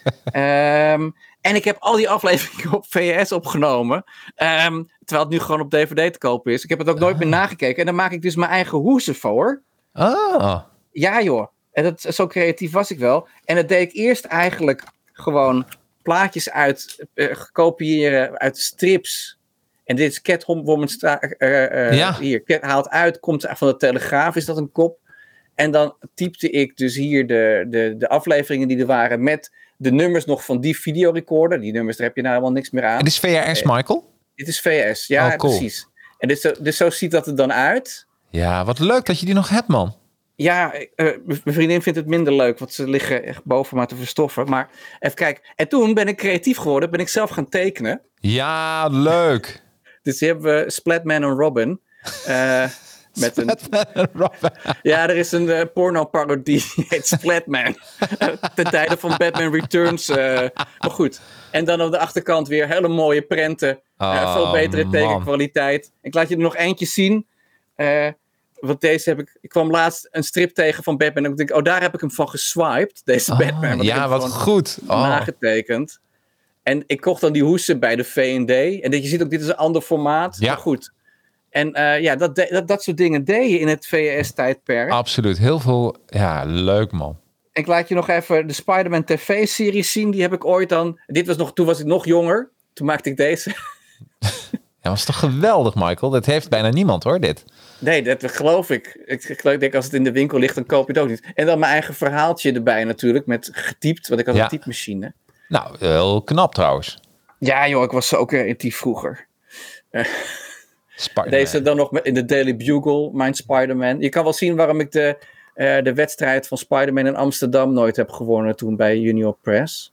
En ik heb al die afleveringen op VHS opgenomen. Terwijl het nu gewoon op DVD te kopen is. Ik heb het ook nooit meer nagekeken. En dan maak ik dus mijn eigen hoesen voor. Oh. Ja joh. En zo creatief was ik wel. En dat deed ik eerst eigenlijk gewoon plaatjes uit kopiëren uit strips. En dit is Catwoman hier. Cat haalt uit, komt van de Telegraaf, is dat een kop. En dan typte ik dus hier de afleveringen die er waren met de nummers nog van die videorecorder. Die nummers, daar heb je nou helemaal niks meer aan. Dit is VHS, Michael? Dit is VHS, ja, cool. Precies. En dus zo ziet dat er dan uit. Ja, wat leuk dat je die nog hebt, man. Ja, mijn vriendin vindt het minder leuk, want ze liggen echt boven me te verstoffen. Maar even kijken. En toen ben ik creatief geworden, ben ik zelf gaan tekenen. Ja, leuk. Dus hier hebben we Splatman en Robin. Ja, er is een porno-parodie die heet Splatman. Ten tijde van Batman Returns. Maar goed. En dan op de achterkant weer hele mooie prenten. Veel betere tekenkwaliteit. Ik laat je er nog eentje zien. Want deze ik kwam laatst een strip tegen van Batman. En ik denk, daar heb ik hem van geswiped. Deze Batman. Ja, wat goed. Nagetekend. En ik kocht dan die hoesen bij de V&D. En je ziet ook, dit is een ander formaat. Ja. Maar goed. En dat soort dingen deed je in het VHS-tijdperk. Absoluut. Heel veel. Ja, leuk man. Ik laat je nog even de Spider-Man TV-serie zien. Die heb ik ooit dan... Toen was ik nog jonger. Toen maakte ik deze. Ja, was toch geweldig, Michael? Dat heeft bijna niemand, hoor, dit. Nee, dat geloof ik. Ik denk, als het in de winkel ligt, dan koop je het ook niet. En dan mijn eigen verhaaltje erbij natuurlijk. Met getypt, want ik had een typemachine. Nou, heel knap trouwens. Ja joh, ik was zo creatief vroeger. Deze dan nog in de Daily Bugle, mijn Spider-Man. Je kan wel zien waarom ik de de wedstrijd van Spider-Man in Amsterdam nooit heb gewonnen toen bij Junior Press.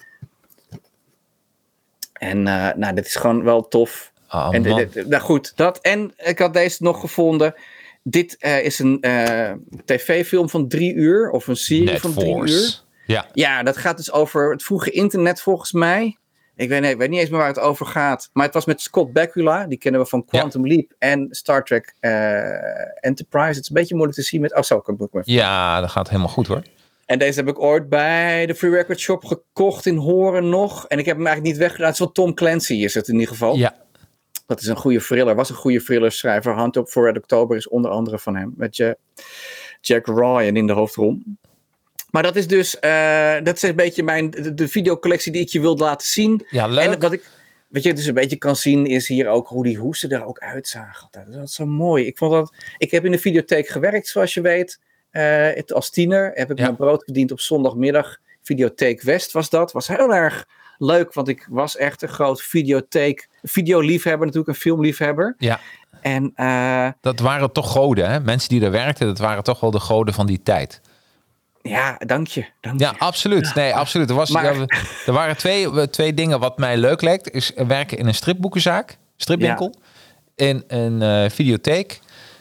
En dit is gewoon wel tof. Nou goed, dat. En ik had deze nog gevonden. Dit is een tv-film van 3 uur. Of een serie van 3 uur. Ja, dat gaat dus over het vroege internet volgens mij. Ik weet niet eens meer waar het over gaat. Maar het was met Scott Bakula. Die kennen we van Quantum Leap en Star Trek Enterprise. Het is een beetje moeilijk te zien met... kan ik boek maar. Ja, dat gaat helemaal goed hoor. En deze heb ik ooit bij de Free Record Shop gekocht in Horen nog. En ik heb hem eigenlijk niet weggedaan. Het is van Tom Clancy is het in ieder geval. Ja. Dat is een goede thriller. Was een goede thrillerschrijver. Hunt Up for Red October is onder andere van hem. Met Jack Ryan in de hoofdrol. Maar dat is dus... dat is een beetje de videocollectie die ik je wilde laten zien. Ja, leuk. En wat je dus een beetje kan zien is hier ook hoe die hoesten er ook uitzagen. Dat is zo mooi. Ik heb in de videotheek gewerkt, zoals je weet. Als tiener heb ik mijn brood verdiend op zondagmiddag. Videotheek West was dat. Was heel erg leuk, want ik was echt een groot videoliefhebber, natuurlijk een filmliefhebber. Ja. En, dat waren toch goden, hè? Mensen die daar werkten, dat waren toch wel de goden van die tijd. Ja, dank je. Ja, absoluut. Nee, absoluut. Er waren twee dingen wat mij leuk leek. Is werken in een stripwinkel. In een videotheek.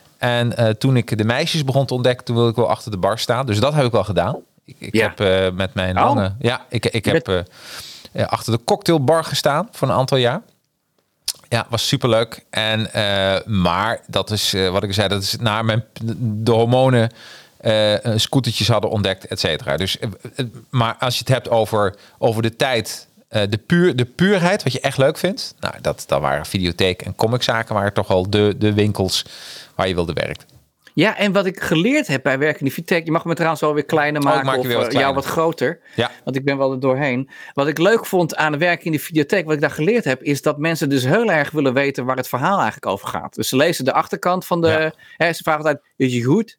En toen ik de meisjes begon te ontdekken, toen wilde ik wel achter de bar staan. Dus dat heb ik wel gedaan. Ik heb met mijn lange... Ja, ik heb achter de cocktailbar gestaan voor een aantal jaar. Ja, was superleuk. En, maar dat is wat ik zei, dat is de hormonen scootertjes hadden ontdekt, et cetera. Dus, maar als je het hebt over de tijd, de puurheid, wat je echt leuk vindt. Nou, dat waren videotheek en comiczaken waren toch al de winkels waar je wilde werken. Ja, en wat ik geleerd heb bij werken in de videotheek... Je mag me trouwens wel weer kleiner maken of jou wat groter. Ja. Want ik ben wel er doorheen. Wat ik leuk vond aan het werken in de videotheek... wat ik daar geleerd heb... is dat mensen dus heel erg willen weten... waar het verhaal eigenlijk over gaat. Dus ze lezen de achterkant van de... ze vragen altijd, is je goed?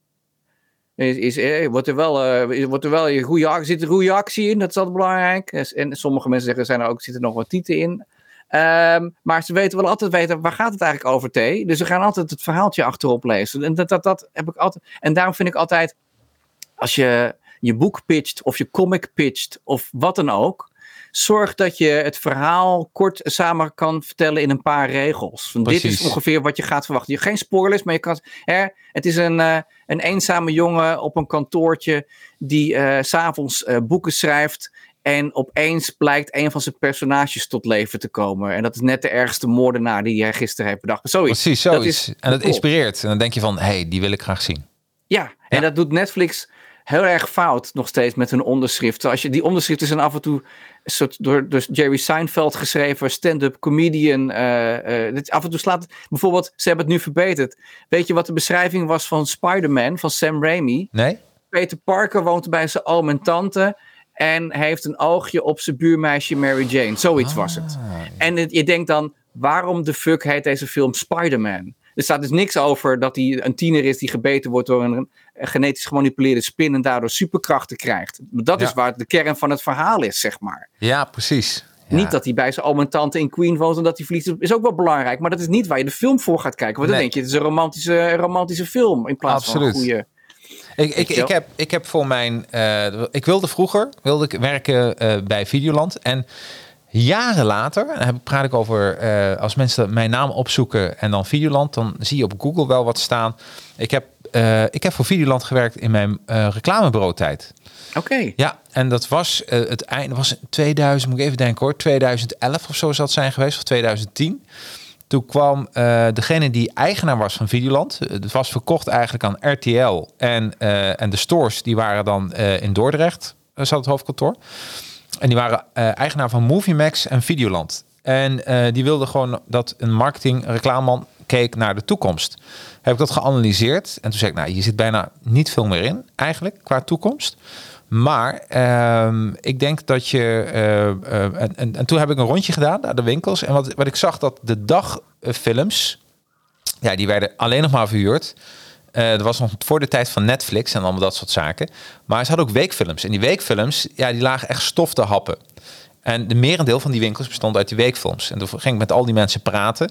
Wordt er wel een goede, zit er een goede actie in? Dat is altijd belangrijk. En sommige mensen zeggen, zitten er nog wat tieten in... maar ze willen altijd weten, waar gaat het eigenlijk over, T? Dus ze gaan altijd het verhaaltje achterop lezen. En dat heb ik altijd. En daarom vind ik altijd, als je je boek pitcht of je comic pitcht of wat dan ook, zorg dat je het verhaal kort samen kan vertellen in een paar regels. Want dit is ongeveer wat je gaat verwachten. Geen spoilers, maar je kan. Het is een eenzame jongen op een kantoortje die 's avonds boeken schrijft. En opeens blijkt een van zijn personages tot leven te komen. En dat is net de ergste moordenaar die hij gisteren heeft bedacht. Zoiets. Precies, zoiets. En dat inspireert. En dan denk je van, die wil ik graag zien. Ja, en dat doet Netflix heel erg fout nog steeds met hun onderschriften. Die onderschriften zijn af en toe door Jerry Seinfeld geschreven, stand-up comedian. Af en toe slaat het... Bijvoorbeeld, ze hebben het nu verbeterd. Weet je wat de beschrijving was van Spider-Man, van Sam Raimi? Nee. Peter Parker woont bij zijn oom en tante... En hij heeft een oogje op zijn buurmeisje Mary Jane. Zoiets was het. En je denkt dan, waarom de fuck heet deze film Spider-Man? Er staat dus niks over dat hij een tiener is die gebeten wordt door een genetisch gemanipuleerde spin en daardoor superkrachten krijgt. Dat is waar de kern van het verhaal is, zeg maar. Ja, precies. Ja. Niet dat hij bij zijn oom en tante in Queen woont en dat hij verliefd is ook wel belangrijk. Maar dat is niet waar je de film voor gaat kijken. Want dan denk je, het is een romantische film in plaats van een goede... Ik heb voor mijn... ik wilde vroeger werken bij Videoland. En jaren later, en praat ik over... als mensen mijn naam opzoeken en dan Videoland... dan zie je op Google wel wat staan. Ik heb voor Videoland gewerkt in mijn reclamebureautijd. Oké. Ja, en dat was het einde... was 2000, moet ik even denken hoor... 2011 of zo zal het zijn geweest, of 2010... Toen kwam degene die eigenaar was van Videoland. Het was verkocht eigenlijk aan RTL. En de stores die waren dan in Dordrecht. Zat het hoofdkantoor. En die waren eigenaar van Moviemax en Videoland. En die wilden gewoon dat een marketing-reclameman keek naar de toekomst. Heb ik dat geanalyseerd. En toen zei ik, je zit bijna niet veel meer in eigenlijk qua toekomst. Maar ik denk dat je... En toen heb ik een rondje gedaan naar de winkels. En wat ik zag, dat de dagfilms... die werden alleen nog maar verhuurd. Dat was nog voor de tijd van Netflix en allemaal dat soort zaken. Maar ze hadden ook weekfilms. En die weekfilms, die lagen echt stof te happen. En de merendeel van die winkels bestond uit die weekfilms. En toen ging ik met al die mensen praten.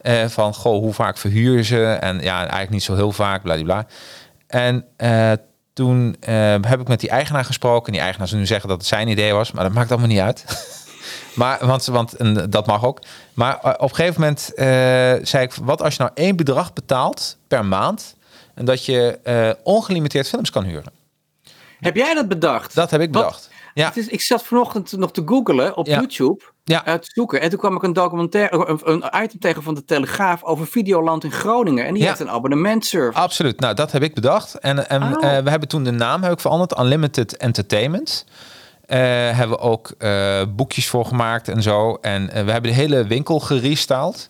Van, hoe vaak verhuren ze? En eigenlijk niet zo heel vaak, bladibla. En... toen heb ik met die eigenaar gesproken. En die eigenaar zou nu zeggen dat het zijn idee was. Maar dat maakt allemaal niet uit. Maar, want dat mag ook. Maar op een gegeven moment zei ik... wat als je nou 1 bedrag betaalt per maand... en dat je ongelimiteerd films kan huren. Heb jij dat bedacht? Dat heb ik bedacht. Ja. Ik zat vanochtend nog te googlen op YouTube... te zoeken. En toen kwam ik een item tegen van de Telegraaf... over Videoland in Groningen. En die heeft een abonnementservice. Absoluut. Nou, dat heb ik bedacht. En we hebben toen de naam veranderd. Unlimited Entertainment... hebben we ook boekjes voor gemaakt en zo. En we hebben de hele winkel gerestyled.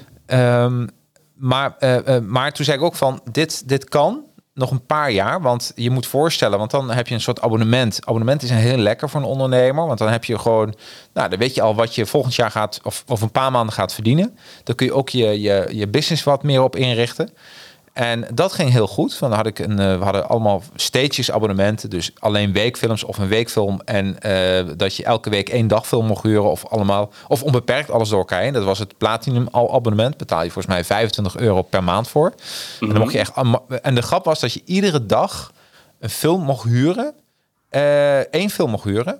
Maar toen zei ik ook van, dit kan nog een paar jaar. Want je moet voorstellen, want dan heb je een soort abonnement. Abonnement is heel lekker voor een ondernemer. Want dan heb je gewoon, dan weet je al wat je volgend jaar gaat... of een paar maanden gaat verdienen. Dan kun je ook je business wat meer op inrichten. En dat ging heel goed. Dan had we hadden allemaal stages abonnementen. Dus alleen weekfilms of een weekfilm. En dat je elke week 1 dagfilm mocht huren. Of allemaal. Of onbeperkt alles door elkaar heen. Dat was het Platinum abonnement. Betaal je volgens mij €25 per maand voor. Mm-hmm. En dan mocht je echt. En de grap was dat je iedere dag een film mocht huren. 1 film mocht huren.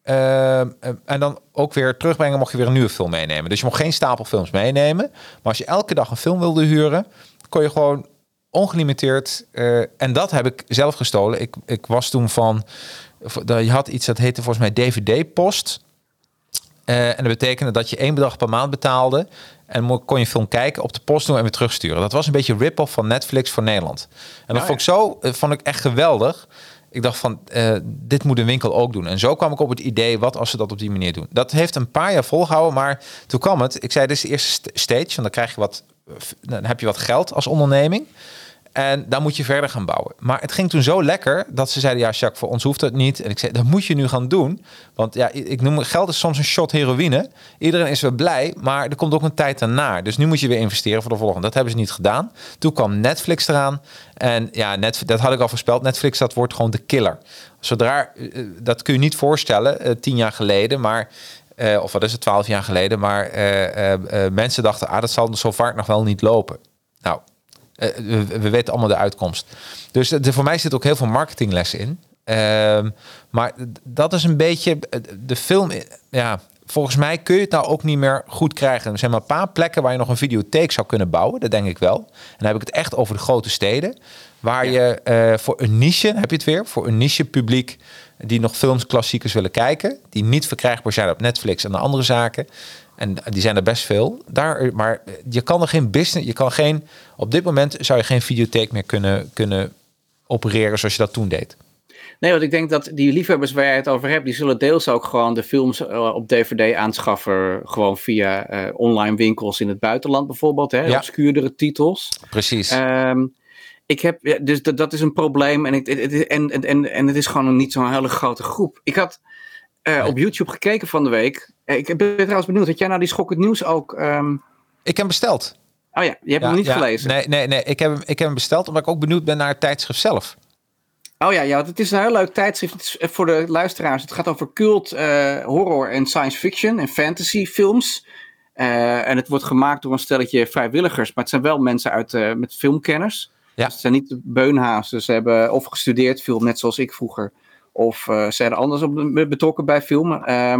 En dan ook weer terugbrengen, mocht je weer een nieuwe film meenemen. Dus je mocht geen stapel films meenemen. Maar als je elke dag een film wilde huren, kon je gewoon ongelimiteerd. En dat heb ik zelf gestolen. Ik was toen je had iets dat heette volgens mij DVD-post. En dat betekende dat je 1 bedrag per maand betaalde. En kon je film kijken, op de post doen en weer terugsturen. Dat was een beetje rip-off van Netflix voor Nederland. En dat vond ik echt geweldig. Ik dacht van, dit moet een winkel ook doen. En zo kwam ik op het idee, wat als ze dat op die manier doen? Dat heeft een paar jaar volgehouden, maar toen kwam het. Ik zei, dit is de eerste stage, want dan krijg je dan heb je wat geld als onderneming. En dan moet je verder gaan bouwen. Maar het ging toen zo lekker dat ze zeiden, ja, Jacques, voor ons hoeft dat niet. En ik zei, dat moet je nu gaan doen. Want ja, ik noem geld is soms een shot heroïne. Iedereen is weer blij, maar er komt ook een tijd daarna. Dus nu moet je weer investeren voor de volgende. Dat hebben ze niet gedaan. Toen kwam Netflix eraan. En ja, dat had ik al voorspeld. Netflix, dat wordt gewoon de killer. Zodra, dat kun je niet voorstellen, 10 jaar geleden, maar... of wat is het, 12 jaar geleden. Maar mensen dachten, dat zal zo vaak nog wel niet lopen. Nou, we weten allemaal de uitkomst. Dus voor mij zit ook heel veel marketinglessen in. Maar dat is een beetje de film. Ja, volgens mij kun je het nou ook niet meer goed krijgen. Er zijn maar een paar plekken waar je nog een videotheek zou kunnen bouwen. Dat denk ik wel. En dan heb ik het echt over de grote steden. Waar je voor een niche, heb je het weer, voor een niche publiek die nog films, klassiekers willen kijken, die niet verkrijgbaar zijn op Netflix en de andere zaken. En die zijn er best veel. Maar je kan er geen business, op dit moment zou je geen videotheek meer kunnen opereren zoals je dat toen deed. Nee, want ik denk dat die liefhebbers waar jij het over hebt, die zullen deels ook gewoon de films op DVD aanschaffen, gewoon via online winkels in het buitenland bijvoorbeeld, hè, obscuurdere titels. Precies. Dus dat is een probleem en het is gewoon niet zo'n hele grote groep. Ik had op YouTube gekeken van de week. Ik ben trouwens benieuwd, had jij nou die schokkend nieuws ook? Ik heb hem besteld. Oh ja, je hebt hem niet gelezen. Nee, ik heb hem besteld omdat ik ook benieuwd ben naar het tijdschrift zelf. Oh ja, het is een heel leuk tijdschrift. Het is voor de luisteraars. Het gaat over cult, horror en science fiction en fantasy films. En het wordt gemaakt door een stelletje vrijwilligers. Maar het zijn wel mensen met filmkenners. Ja. Dus het zijn niet beunhazen. Ze hebben of gestudeerd film, net zoals ik vroeger. Of ze zijn anders betrokken bij film.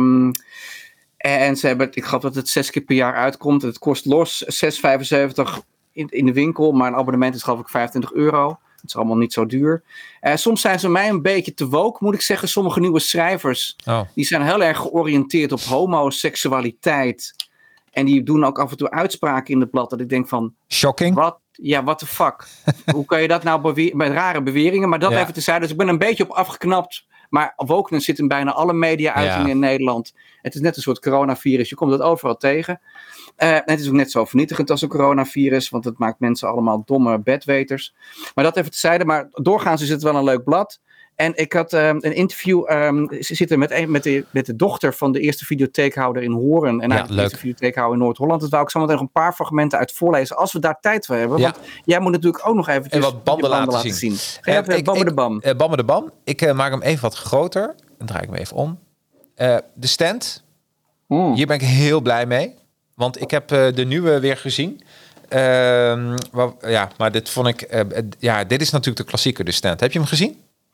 En ze hebben, ik geloof dat het 6 keer per jaar uitkomt. Het kost los €6,75 in de winkel. Maar een abonnement is geloof ik €25. Het is allemaal niet zo duur. Soms zijn ze mij een beetje te woke, moet ik zeggen. Sommige nieuwe schrijvers, die zijn heel erg georiënteerd op homoseksualiteit. En die doen ook af en toe uitspraken in het blad. Dat ik denk van... Shocking. What the fuck? Hoe kan je dat nou met rare beweringen? Maar dat even tezijde. Dus ik ben een beetje op afgeknapt. Maar wokeness zit in bijna alle media-uitingen in Nederland. Het is net een soort coronavirus. Je komt het overal tegen. Het is ook net zo vernietigend als een coronavirus. Want het maakt mensen allemaal domme bedweters. Maar dat even tezijde. Maar doorgaans is het wel een leuk blad. En ik had een interview. Ze zitten met de dochter van de eerste videotheekhouder in Hoorn. En de eerste videotheekhouder in Noord-Holland. Dat wou ik zo meteen nog een paar fragmenten uit voorlezen. Als we daar tijd voor hebben. Want jij moet natuurlijk ook nog eventjes wat banden laten zien. Bammen de Bam. Ik maak hem even wat groter. Dan draai ik hem even om. De stand. Hier ben ik heel blij mee. Want ik heb de nieuwe weer gezien. Maar dit vond ik... dit is natuurlijk de klassieker, de stand. Heb je hem gezien?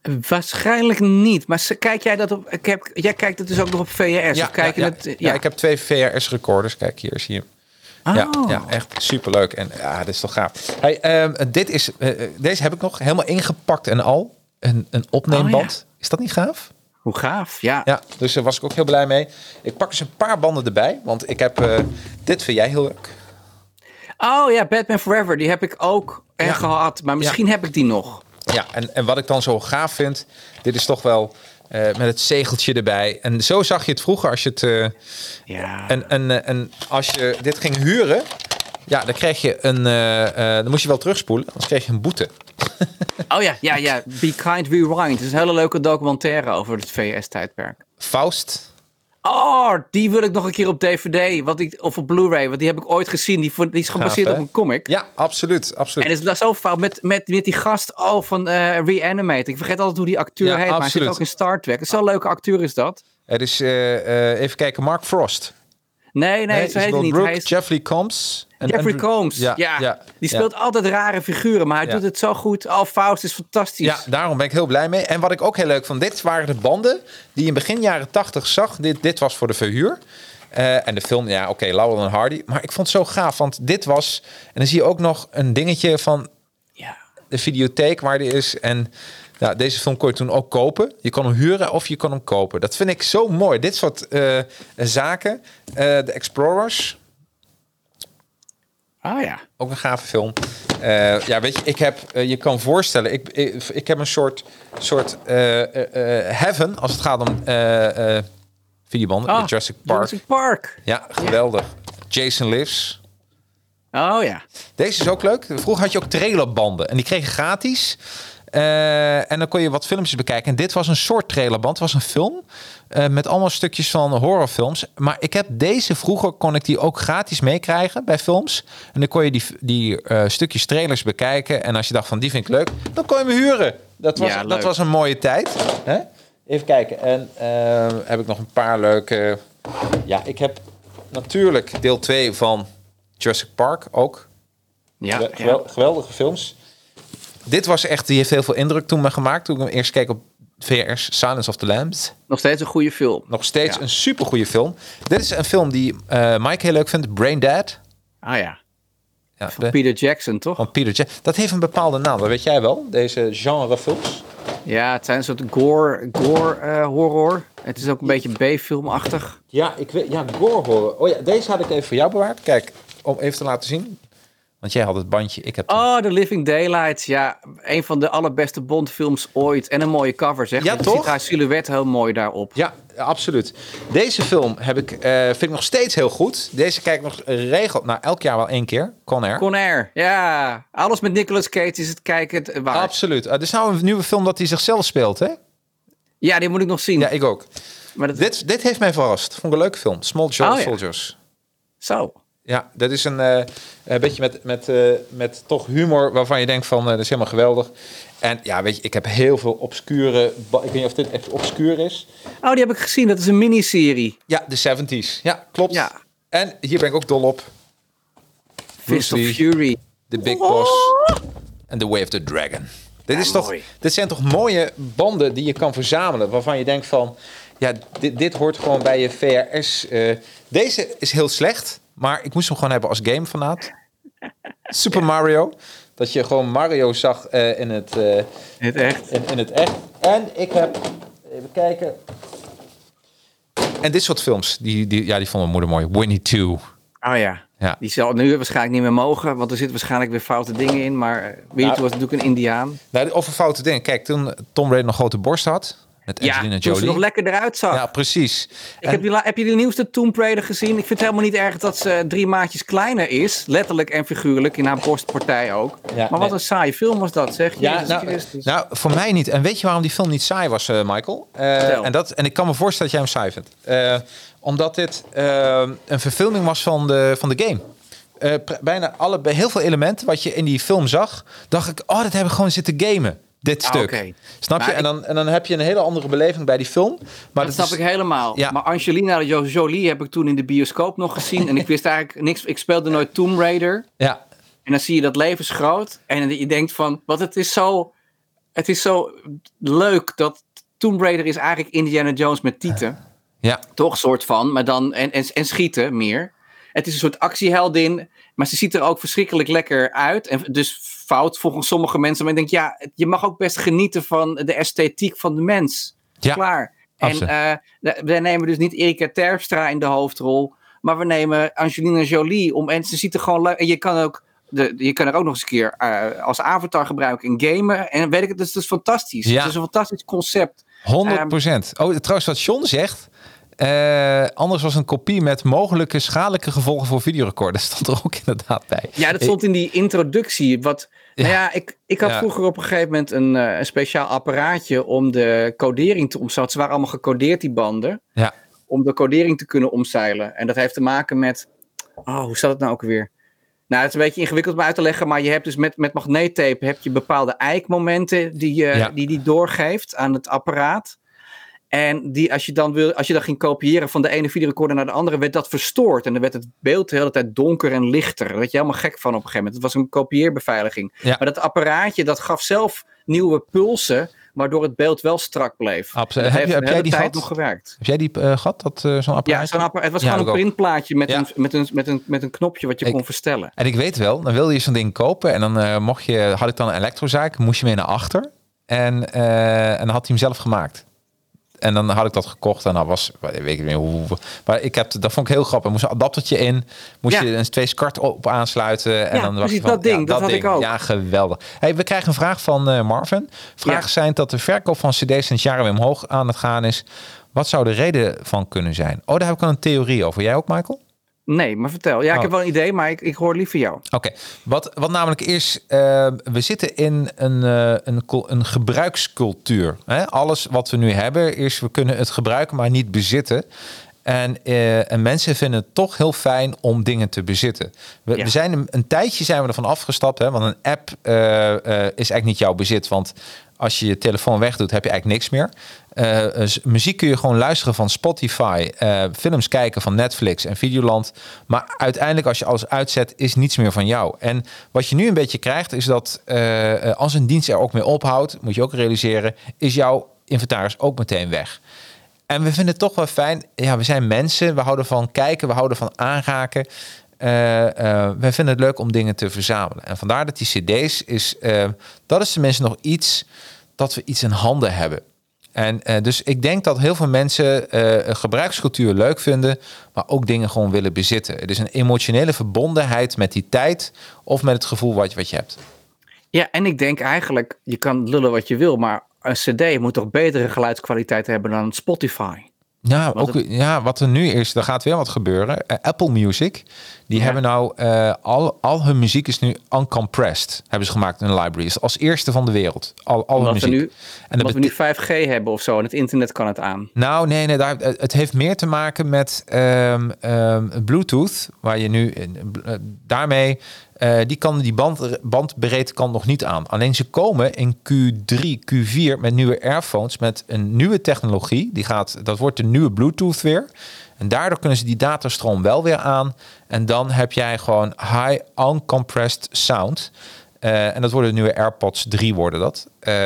Waarschijnlijk niet. Maar kijk jij dat op... Jij kijkt het dus ook nog op VHS? Ja, of kijk je het, ja, ik heb 2 VHS-recorders. Kijk, hier zie je hem. Oh. Ja, echt superleuk. En ja, dit is toch gaaf. Hey, deze heb ik nog helemaal ingepakt en al. Een opneemband. Is dat niet gaaf? Hoe gaaf, ja. Ja, dus daar was ik ook heel blij mee. Ik pak eens een paar banden erbij. Want ik heb... dit vind jij heel leuk. Oh ja, Batman Forever. Die heb ik ook gehad. Maar misschien heb ik die nog. Ja, en wat ik dan zo gaaf vind... Dit is toch wel... met het zegeltje erbij. En zo zag je het vroeger als je het... En als je dit ging huren... Ja, dan kreeg je dan moest je wel terugspoelen. Anders kreeg je een boete. Oh ja. Be Kind Rewind. Het is een hele leuke documentaire over het VS-tijdperk. Faust. Oh, die wil ik nog een keer op DVD. Of op Blu-ray. Want die heb ik ooit gezien. Die is gebaseerd op een comic. Ja, absoluut. En het is zo fout met die gast van Reanimate. Ik vergeet altijd hoe die acteur heet. Maar hij zit ook in Star Trek. Zo'n leuke acteur is dat. Het is, even kijken, Mark Frost. Nee, zo heet hij niet. Hij is Jeffrey Combs. Jeffrey Combs, ja. Die speelt altijd rare figuren, maar hij doet het zo goed. Faust is fantastisch. Ja, daarom ben ik heel blij mee. En wat ik ook heel leuk vond, dit waren de banden die je in begin jaren 80 zag. Dit was voor de verhuur. En de film, Laurel en Hardy. Maar ik vond het zo gaaf, want dit was... En dan zie je ook nog een dingetje van de videotheek waar die is. En deze film kon je toen ook kopen. Je kon hem huren of je kon hem kopen. Dat vind ik zo mooi. Dit soort zaken. De Explorers... Ah ja. Ook een gave film. Weet je, ik heb, je kan voorstellen, ik heb een soort heaven als het gaat om videobanden. Jurassic Park. Jurassic Park. Ja, geweldig. Jason Lives. Oh ja. Deze is ook leuk. Vroeger had je ook trailerbanden en die kreeg je gratis. En dan kon je wat filmpjes bekijken. En dit was een soort trailerband. Het was een film met allemaal stukjes van horrorfilms. Maar ik heb deze vroeger, kon ik die ook gratis meekrijgen bij films. En dan kon je die stukjes trailers bekijken. En als je dacht van die vind ik leuk, dan kon je me huren. Dat was een mooie tijd. Hè? Even kijken. En heb ik nog een paar leuke... Ja, ik heb natuurlijk deel 2 van Jurassic Park ook. Ja, geweldige films. Dit was echt, die heeft heel veel indruk toen me gemaakt. Toen ik hem eerst keek op VR's, Silence of the Lambs. Nog steeds een goede film. Nog steeds een supergoeie film. Dit is een film die Mike heel leuk vindt. Brain Dead. Ah ja. Van Peter Jackson, toch? Van Peter Jackson. Dat heeft een bepaalde naam. Dat weet jij wel. Deze genre films. Ja, het zijn een soort gore horror. Het is ook een beetje B-filmachtig. Ja, ik weet. Ja, gore horror. Oh ja, deze had ik even voor jou bewaard. Kijk, om even te laten zien. Want jij had het bandje, ik heb... The Living Daylights. Ja, een van de allerbeste Bondfilms ooit. En een mooie cover, zeg. Ja, toch? Ziet haar silhouet heel mooi daarop. Ja, absoluut. Deze film vind ik nog steeds heel goed. Deze kijk ik nog elk jaar wel 1 keer. Con Air. Ja. Alles met Nicolas Cage is het kijken waard. Absoluut. Er is nou een nieuwe film dat hij zichzelf speelt, hè? Ja, die moet ik nog zien. Ja, ik ook. Maar dit heeft mij verrast. Vond ik een leuke film. Small Soldiers. Zo. Ja, dat is een beetje met toch humor waarvan je denkt van, dat is helemaal geweldig. En ja, weet je, ik heb heel veel obscure... Ik weet niet of dit echt obscuur is. Oh, die heb ik gezien. Dat is een miniserie. Ja, de 70s. Ja, klopt. Ja. En hier ben ik ook dol op. Fist of Fury. The Big Boss. En The Way of the Dragon. Dit zijn toch mooie banden die je kan verzamelen. Waarvan je denkt van... Ja, dit hoort gewoon bij je VHS. Deze is heel slecht. Maar ik moest hem gewoon hebben als gamefanaat. Super Mario. Dat je gewoon Mario zag in het echt. In het echt. En ik heb... Even kijken. En dit soort films. Die vond mijn moeder mooi. Winnie 2. Oh ja. Die zal nu waarschijnlijk niet meer mogen. Want er zitten waarschijnlijk weer foute dingen in. Maar Winnie 2 was natuurlijk een Indiaan. Over foute dingen. Kijk, toen Tom Brady nog grote borst had... Met Angelina Jolie. Toen ze nog lekker eruit zag. Ja, precies. Heb je de nieuwste Tomb Raider gezien? Ik vind het helemaal niet erg dat ze 3 maatjes kleiner is. Letterlijk en figuurlijk. In haar borstpartij ook. Ja, maar wat een saaie film was dat, zeg. Nou, voor mij niet. En weet je waarom die film niet saai was, Michael? En ik kan me voorstellen dat jij hem saai vindt. Omdat dit een verfilming was van de game. Bijna heel veel elementen wat je in die film zag, dacht ik, dat hebben we gewoon zitten gamen. Dit stuk. Okay. Snap je? En dan heb je een hele andere beleving bij die film. Maar dat snap ik helemaal. Ja. Maar Angelina Jolie heb ik toen in de bioscoop nog gezien. En ik wist eigenlijk niks. Ik speelde nooit Tomb Raider. Ja. En dan zie je dat levensgroot. En je denkt van, wat het is zo Het is zo leuk dat Tomb Raider is eigenlijk Indiana Jones met tieten. Ja. Toch, soort van. Maar dan, en schieten meer. Het is een soort actieheldin. Maar ze ziet er ook verschrikkelijk lekker uit. En dus fout volgens sommige mensen. Maar ik denk, je mag ook best genieten van de esthetiek van de mens. Ja, klaar. Absoluut. En we nemen dus niet Erika Terpstra in de hoofdrol. Maar we nemen Angelina Jolie. En ze ziet er gewoon leuk. En je kan er ook nog eens een keer als avatar gebruiken en gamen. En weet ik het, dus het is fantastisch. Ja. Het is een fantastisch concept. 100%. Trouwens, wat John zegt. Anders was een kopie met mogelijke schadelijke gevolgen voor videorecorder. Dat stond er ook inderdaad bij. Ja, dat stond in die introductie. Ik had vroeger op een gegeven moment een speciaal apparaatje om de codering te omzeilen. Ze waren allemaal gecodeerd, die banden. Ja. Om de codering te kunnen omzeilen. En dat heeft te maken met... hoe zat het nou ook weer? Nou, het is een beetje ingewikkeld om uit te leggen, maar je hebt dus met magneettape heb je bepaalde eikmomenten die doorgeeft aan het apparaat. En als je dan ging kopiëren van de ene videorecorder naar de andere, werd dat verstoord. En dan werd het beeld de hele tijd donker en lichter. Daar werd je helemaal gek van op een gegeven moment. Het was een kopieerbeveiliging. Ja. Maar dat apparaatje, dat gaf zelf nieuwe pulsen, waardoor het beeld wel strak bleef. Absoluut. Heb jij die gehad? Nog gewerkt. Heb jij die gehad, zo'n apparaatje? Ja, het was gewoon een printplaatje met een knopje wat je kon verstellen. En ik weet wel, dan wilde je zo'n ding kopen en dan had ik dan een elektrozaak, moest je mee naar achter. En dan had hij hem zelf gemaakt. En dan had ik dat gekocht en dan weet ik niet meer hoe. Maar dat vond ik heel grappig. Er moest een adaptertje in. Moest je een 2 SCART op aansluiten. En dan precies, dat ding. Dat had ik ook. Ja, geweldig. Hey, we krijgen een vraag van Marvin. Vragen zijn dat de verkoop van cd's sinds jaren weer omhoog aan het gaan is. Wat zou de reden van kunnen zijn? Daar heb ik al een theorie over. Jij ook, Michael? Nee, maar vertel. Ja, ik heb wel een idee, maar ik hoor liever jou. Oké. Wat namelijk is, we zitten in een gebruikscultuur. Hè? Alles wat we nu hebben is, we kunnen het gebruiken, maar niet bezitten. En mensen vinden het toch heel fijn om dingen te bezitten. We zijn een tijdje zijn we ervan afgestapt, hè? Want een app is eigenlijk niet jouw bezit, want als je je telefoon wegdoet, heb je eigenlijk niks meer. Muziek kun je gewoon luisteren van Spotify. Films kijken van Netflix en Videoland. Maar uiteindelijk, als je alles uitzet, is niets meer van jou. En wat je nu een beetje krijgt, is dat als een dienst er ook mee ophoudt, moet je ook realiseren, is jouw inventaris ook meteen weg. En we vinden het toch wel fijn. Ja, we zijn mensen. We houden van kijken. We houden van aanraken. We vinden het leuk om dingen te verzamelen. En vandaar dat die cd's dat is tenminste nog iets dat we iets in handen hebben. En dus ik denk dat heel veel mensen gebruikscultuur leuk vinden, maar ook dingen gewoon willen bezitten. Het is een emotionele verbondenheid met die tijd of met het gevoel wat je hebt. Ja, en ik denk eigenlijk, je kan lullen wat je wil, maar een cd moet toch betere geluidskwaliteit hebben dan Spotify? Ja, wat er nu is, er gaat weer wat gebeuren. Apple Music, die hebben nou al hun muziek is nu uncompressed, hebben ze gemaakt in een library. Is als eerste van de wereld. Al hun muziek. Omdat we nu 5G hebben of zo en het internet kan het aan. Nou, nee, het heeft meer te maken met Bluetooth, waar je nu daarmee die bandbreedte kan nog niet aan. Alleen ze komen in Q3, Q4 met nieuwe Airphones met een nieuwe technologie. Dat wordt de nieuwe Bluetooth weer. En daardoor kunnen ze die datastroom wel weer aan. En dan heb jij gewoon high uncompressed sound. En dat worden de nieuwe AirPods 3 worden dat.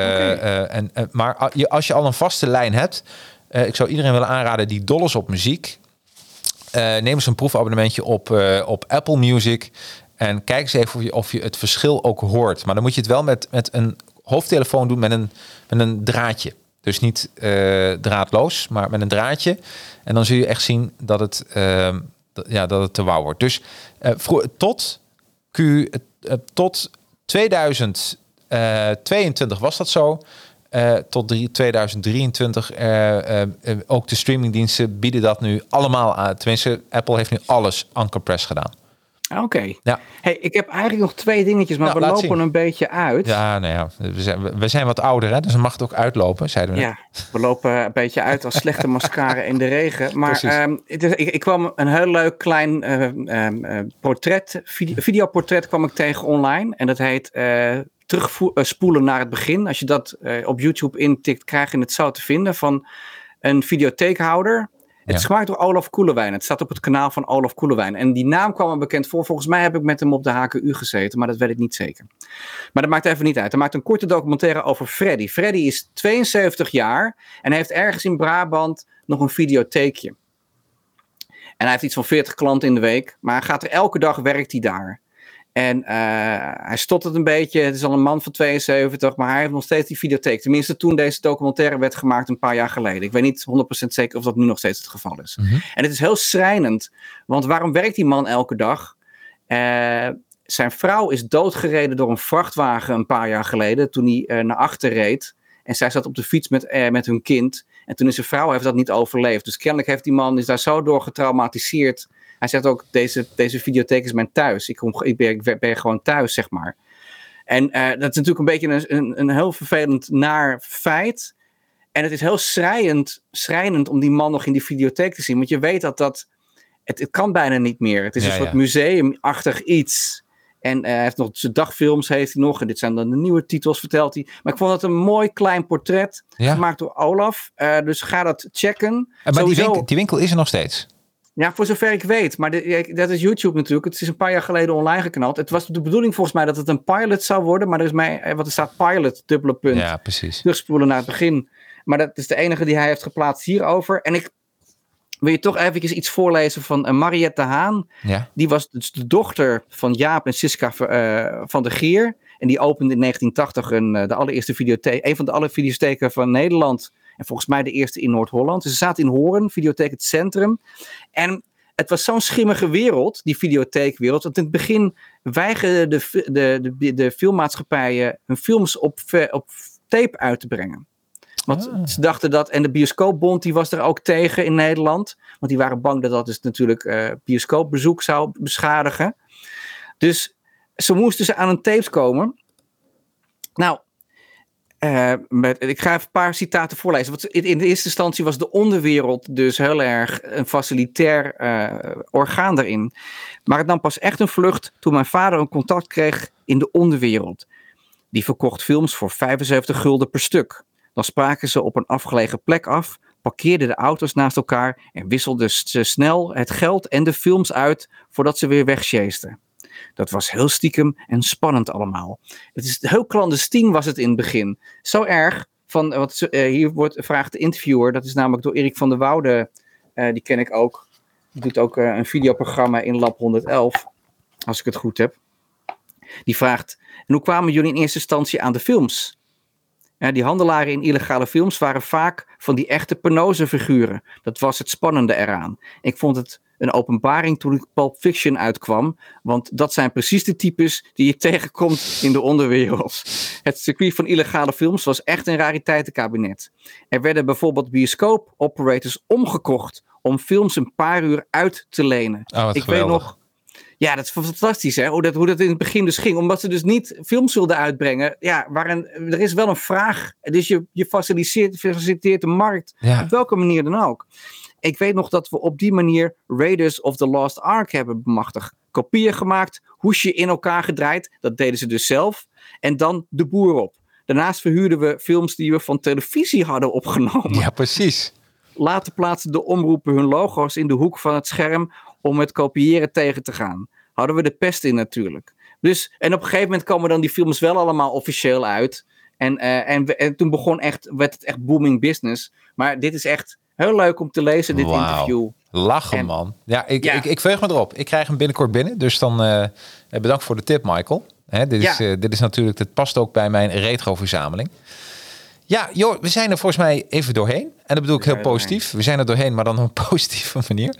Maar als je al een vaste lijn hebt, ik zou iedereen willen aanraden die dol is op muziek. Neem eens een proefabonnementje op Apple Music. En kijk eens even of je het verschil ook hoort. Maar dan moet je het wel met een hoofdtelefoon doen met een draadje. Dus niet draadloos, maar met een draadje. En dan zul je echt zien dat het te wauw wordt. Dus tot 2022 was dat zo. Tot 2023 ook de streamingdiensten bieden dat nu allemaal aan. Tenminste, Apple heeft nu alles uncompressed gedaan. Oké. Ja. Hey, ik heb eigenlijk nog 2 dingetjes, maar we lopen een beetje uit. Ja, nou ja, we zijn wat ouder, hè, dus dan mag het ook uitlopen, zeiden we. Ja, we lopen een beetje uit als slechte mascara in de regen. Maar ik kwam een heel leuk klein videoportret kwam ik tegen online. En dat heet terugspoelen naar het begin. Als je dat op YouTube intikt, krijg je het zo te vinden van een videotheekhouder. Het is gemaakt door Olaf Koelewijn. Het staat op het kanaal van Olaf Koelewijn. En die naam kwam me bekend voor. Volgens mij heb ik met hem op de HKU gezeten, maar dat weet ik niet zeker. Maar dat maakt even niet uit. Hij maakt een korte documentaire over Freddy. Freddy is 72 jaar en hij heeft ergens in Brabant nog een videotheekje. En hij heeft iets van 40 klanten in de week, maar hij gaat er elke dag, werkt hij daar. En hij stottert een beetje. Het is al een man van 72, maar hij heeft nog steeds die videotheek. Tenminste, toen deze documentaire werd gemaakt een paar jaar geleden. Ik weet niet 100% zeker of dat nu nog steeds het geval is. Mm-hmm. En het is heel schrijnend. Want waarom werkt die man elke dag? Zijn vrouw is doodgereden door een vrachtwagen een paar jaar geleden. Toen hij naar achter reed. En zij zat op de fiets met hun kind. En toen is zijn vrouw heeft dat niet overleefd. Dus kennelijk heeft die man is daar zo door getraumatiseerd. Hij zegt ook, deze videotheek is mijn thuis. Ik ben gewoon thuis, zeg maar. En dat is natuurlijk een beetje een heel vervelend naar feit. En het is heel schrijnend om die man nog in die videotheek te zien. Want je weet dat het kan bijna niet meer. Het is een soort museumachtig iets. En hij heeft nog zijn dagfilms heeft hij nog. En dit zijn dan de nieuwe titels, vertelt hij. Maar ik vond het een mooi klein portret. Gemaakt door Olaf. Dus ga dat checken. Maar die winkel is er nog steeds? Ja, voor zover ik weet. Maar dat is YouTube natuurlijk. Het is een paar jaar geleden online geknald. Het was de bedoeling volgens mij dat het een pilot zou worden. Maar er staat pilot, dubbele punt. Ja, precies. Terugspoelen naar het begin. Maar dat is de enige die hij heeft geplaatst hierover. En ik wil je toch even iets voorlezen van Mariette de Haan. Ja. Die was dus de dochter van Jaap en Siska van de Gier. En die opende in 1980 de allereerste videotheek. Een van de alle videotheken van Nederland. En volgens mij de eerste in Noord-Holland. Dus ze zaten in Hoorn, videotheek Het Centrum. En het was zo'n schimmige wereld, die videotheekwereld. Want in het begin weigerden de filmmaatschappijen hun films op tape uit te brengen. Want ze dachten dat, en de bioscoopbond die was er ook tegen in Nederland. Want die waren bang dat dus natuurlijk bioscoopbezoek zou beschadigen. Dus zo moesten ze aan een tape komen. Nou, ik ga even een paar citaten voorlezen. Want in de eerste instantie was de onderwereld dus heel erg een facilitair orgaan daarin. Maar het nam pas echt een vlucht toen mijn vader een contact kreeg in de onderwereld. Die verkocht films voor 75 gulden per stuk. Dan spraken ze op een afgelegen plek af, parkeerden de auto's naast elkaar en wisselden ze snel het geld en de films uit voordat ze weer wegsjeesten. Dat was heel stiekem en spannend allemaal. Het is heel clandestien was het in het begin. Zo erg, hier vraagt de interviewer, dat is namelijk door Erik van der Woude, die ken ik ook. Die doet ook een videoprogramma in Lab 111, als ik het goed heb. Die vraagt, en hoe kwamen jullie in eerste instantie aan de films? Die handelaren in illegale films waren vaak van die echte penose-figuren. Dat was het spannende eraan. Ik vond het een openbaring toen Pulp Fiction uitkwam. Want dat zijn precies de types die je tegenkomt in de onderwereld. Het circuit van illegale films was echt een rariteitenkabinet. Er werden bijvoorbeeld bioscoop-operators omgekocht om films een paar uur uit te lenen. Ik weet nog. Ja, dat is fantastisch, hè? Hoe dat in het begin dus ging. Omdat ze dus niet films wilden uitbrengen. Ja, er is wel een vraag. Dus je faciliteert de markt. Ja. Op welke manier dan ook. Ik weet nog dat we op die manier Raiders of the Lost Ark hebben bemachtigd. Kopieën gemaakt, hoesje in elkaar gedraaid. Dat deden ze dus zelf. En dan de boer op. Daarnaast verhuurden we films die we van televisie hadden opgenomen. Ja, precies. Later plaatsten de omroepen hun logo's in de hoek van het scherm om het kopiëren tegen te gaan. Hadden we de pest in natuurlijk. Dus, en op een gegeven moment komen dan die films wel allemaal officieel uit. En toen werd het echt booming business. Maar dit is echt heel leuk om te lezen, dit interview. Lachen, man. Ja, ik veug me erop. Ik krijg hem binnenkort binnen. Dus dan bedankt voor de tip, Michael. Dit is natuurlijk, het past ook bij mijn retro-verzameling. Ja, joh, we zijn er volgens mij even doorheen. En dat bedoel ik heel positief. We zijn er doorheen, maar dan op een positieve manier.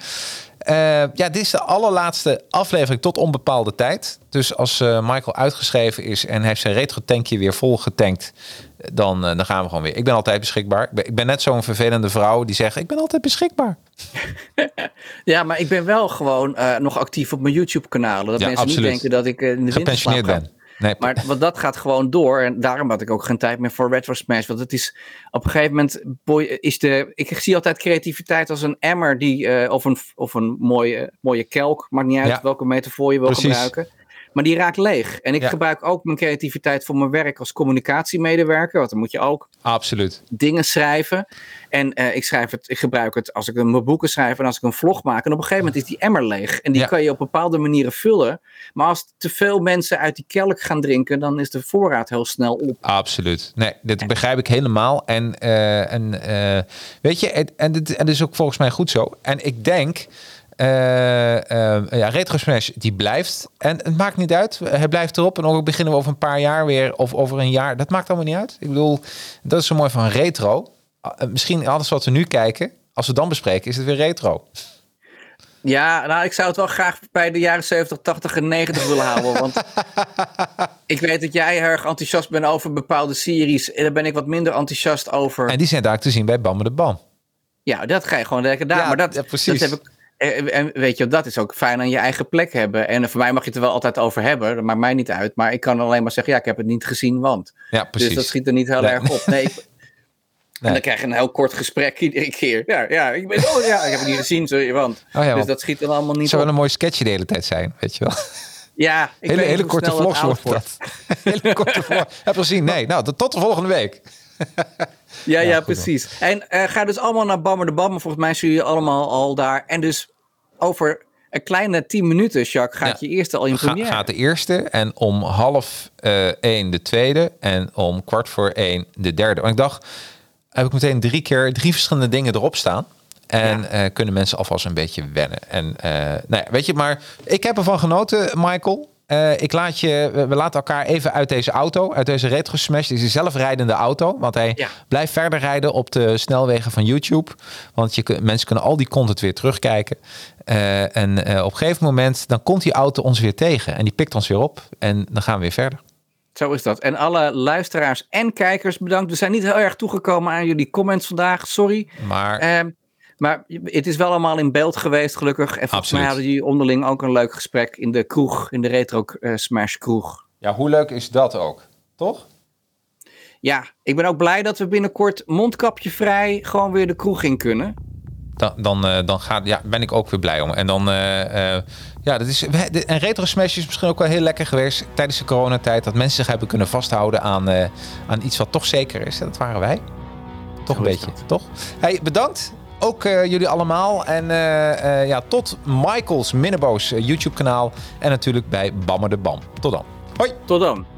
Dit is de allerlaatste aflevering tot onbepaalde tijd. Dus als Michael uitgeschreven is en heeft zijn retro-tankje weer vol getankt, dan gaan we gewoon weer. Ik ben altijd beschikbaar. Ik ben net zo'n vervelende vrouw die zegt, ik ben altijd beschikbaar. Ja, maar ik ben wel gewoon nog actief op mijn YouTube-kanalen. Dat mensen absoluut niet denken dat ik in de gepensioneerd ben. Nee. Want dat gaat gewoon door. En daarom had ik ook geen tijd meer voor Retro Smash. Want het is op een gegeven moment ik zie altijd creativiteit als een emmer die of een mooie kelk. Maakt niet uit welke metafoor je wil gebruiken. Maar die raakt leeg. En ik gebruik ook mijn creativiteit voor mijn werk als communicatiemedewerker. Want dan moet je ook dingen schrijven. En ik gebruik het als ik mijn boeken schrijf en als ik een vlog maak. En op een gegeven moment is die emmer leeg. En die kan je op bepaalde manieren vullen. Maar als te veel mensen uit die kelk gaan drinken, dan is de voorraad heel snel op. Absoluut. Nee, dit begrijp ik helemaal. En weet je, en dit is ook volgens mij goed zo. En ik denk... Retro Smash die blijft en het maakt niet uit, hij blijft erop en ook beginnen we over een paar jaar weer of over een jaar, dat maakt allemaal niet uit. Ik bedoel, dat is zo mooi van retro. Misschien alles wat we nu kijken, als we dan bespreken, is het weer retro. Ja, nou, ik zou het wel graag bij de jaren 70, 80 en 90 willen houden. Want ik weet dat jij erg enthousiast bent over bepaalde series en daar ben ik wat minder enthousiast over. En die zijn daar te zien bij Bam de Bam. Ja, dat ga je gewoon lekker daar. Maar dat heb ik. En weet je, dat is ook fijn aan je eigen plek hebben. En voor mij mag je het er wel altijd over hebben. Dat maakt mij niet uit. Maar ik kan alleen maar zeggen, ik heb het niet gezien, want. Ja, precies. Dus dat schiet er niet heel erg op. Nee. En dan krijg je een heel kort gesprek iedere keer. Ik heb het niet gezien, sorry, want. Dus dat schiet er allemaal niet op. Het zou wel een mooi sketchje de hele tijd zijn, weet je wel. Ja, hele korte vlogs wordt dat. Hele korte vlog. Heb je gezien? Nee, nou, tot de volgende week. Ja, precies. En ga dus allemaal naar Bammer de Bam. Volgens mij zijn jullie allemaal al daar. En dus over een kleine 10 minuten, Jacques, gaat je eerste al in première. Gaat de eerste en om 12:30 de tweede en om 1:15 de derde. Want ik dacht, heb ik meteen 3 verschillende dingen erop staan. En kunnen mensen alvast een beetje wennen. En weet je, maar ik heb ervan genoten, Michael. We laten elkaar even uit deze auto, uit deze Retro Smash, deze zelfrijdende auto. Want hij blijft verder rijden op de snelwegen van YouTube. Want mensen kunnen al die content weer terugkijken. En op een gegeven moment, dan komt die auto ons weer tegen. En die pikt ons weer op. En dan gaan we weer verder. Zo is dat. En alle luisteraars en kijkers bedankt. We zijn niet heel erg toegekomen aan jullie comments vandaag. Sorry. Maar het is wel allemaal in beeld geweest, gelukkig. En volgens mij hadden jullie onderling ook een leuk gesprek in de kroeg, in de Retro Smash kroeg. Ja, hoe leuk is dat ook? Toch? Ja, ik ben ook blij dat we binnenkort mondkapje vrij gewoon weer de kroeg in kunnen. Ben ik ook weer blij om. En dan, en Retro Smash is misschien ook wel heel lekker geweest tijdens de coronatijd. Dat mensen zich hebben kunnen vasthouden aan iets wat toch zeker is. Dat waren wij. Toch een beetje, toch? Hey, bedankt. Ook jullie allemaal. En tot Michael's Minneboos YouTube kanaal. En natuurlijk bij Bammer de Bam. Tot dan. Hoi. Tot dan.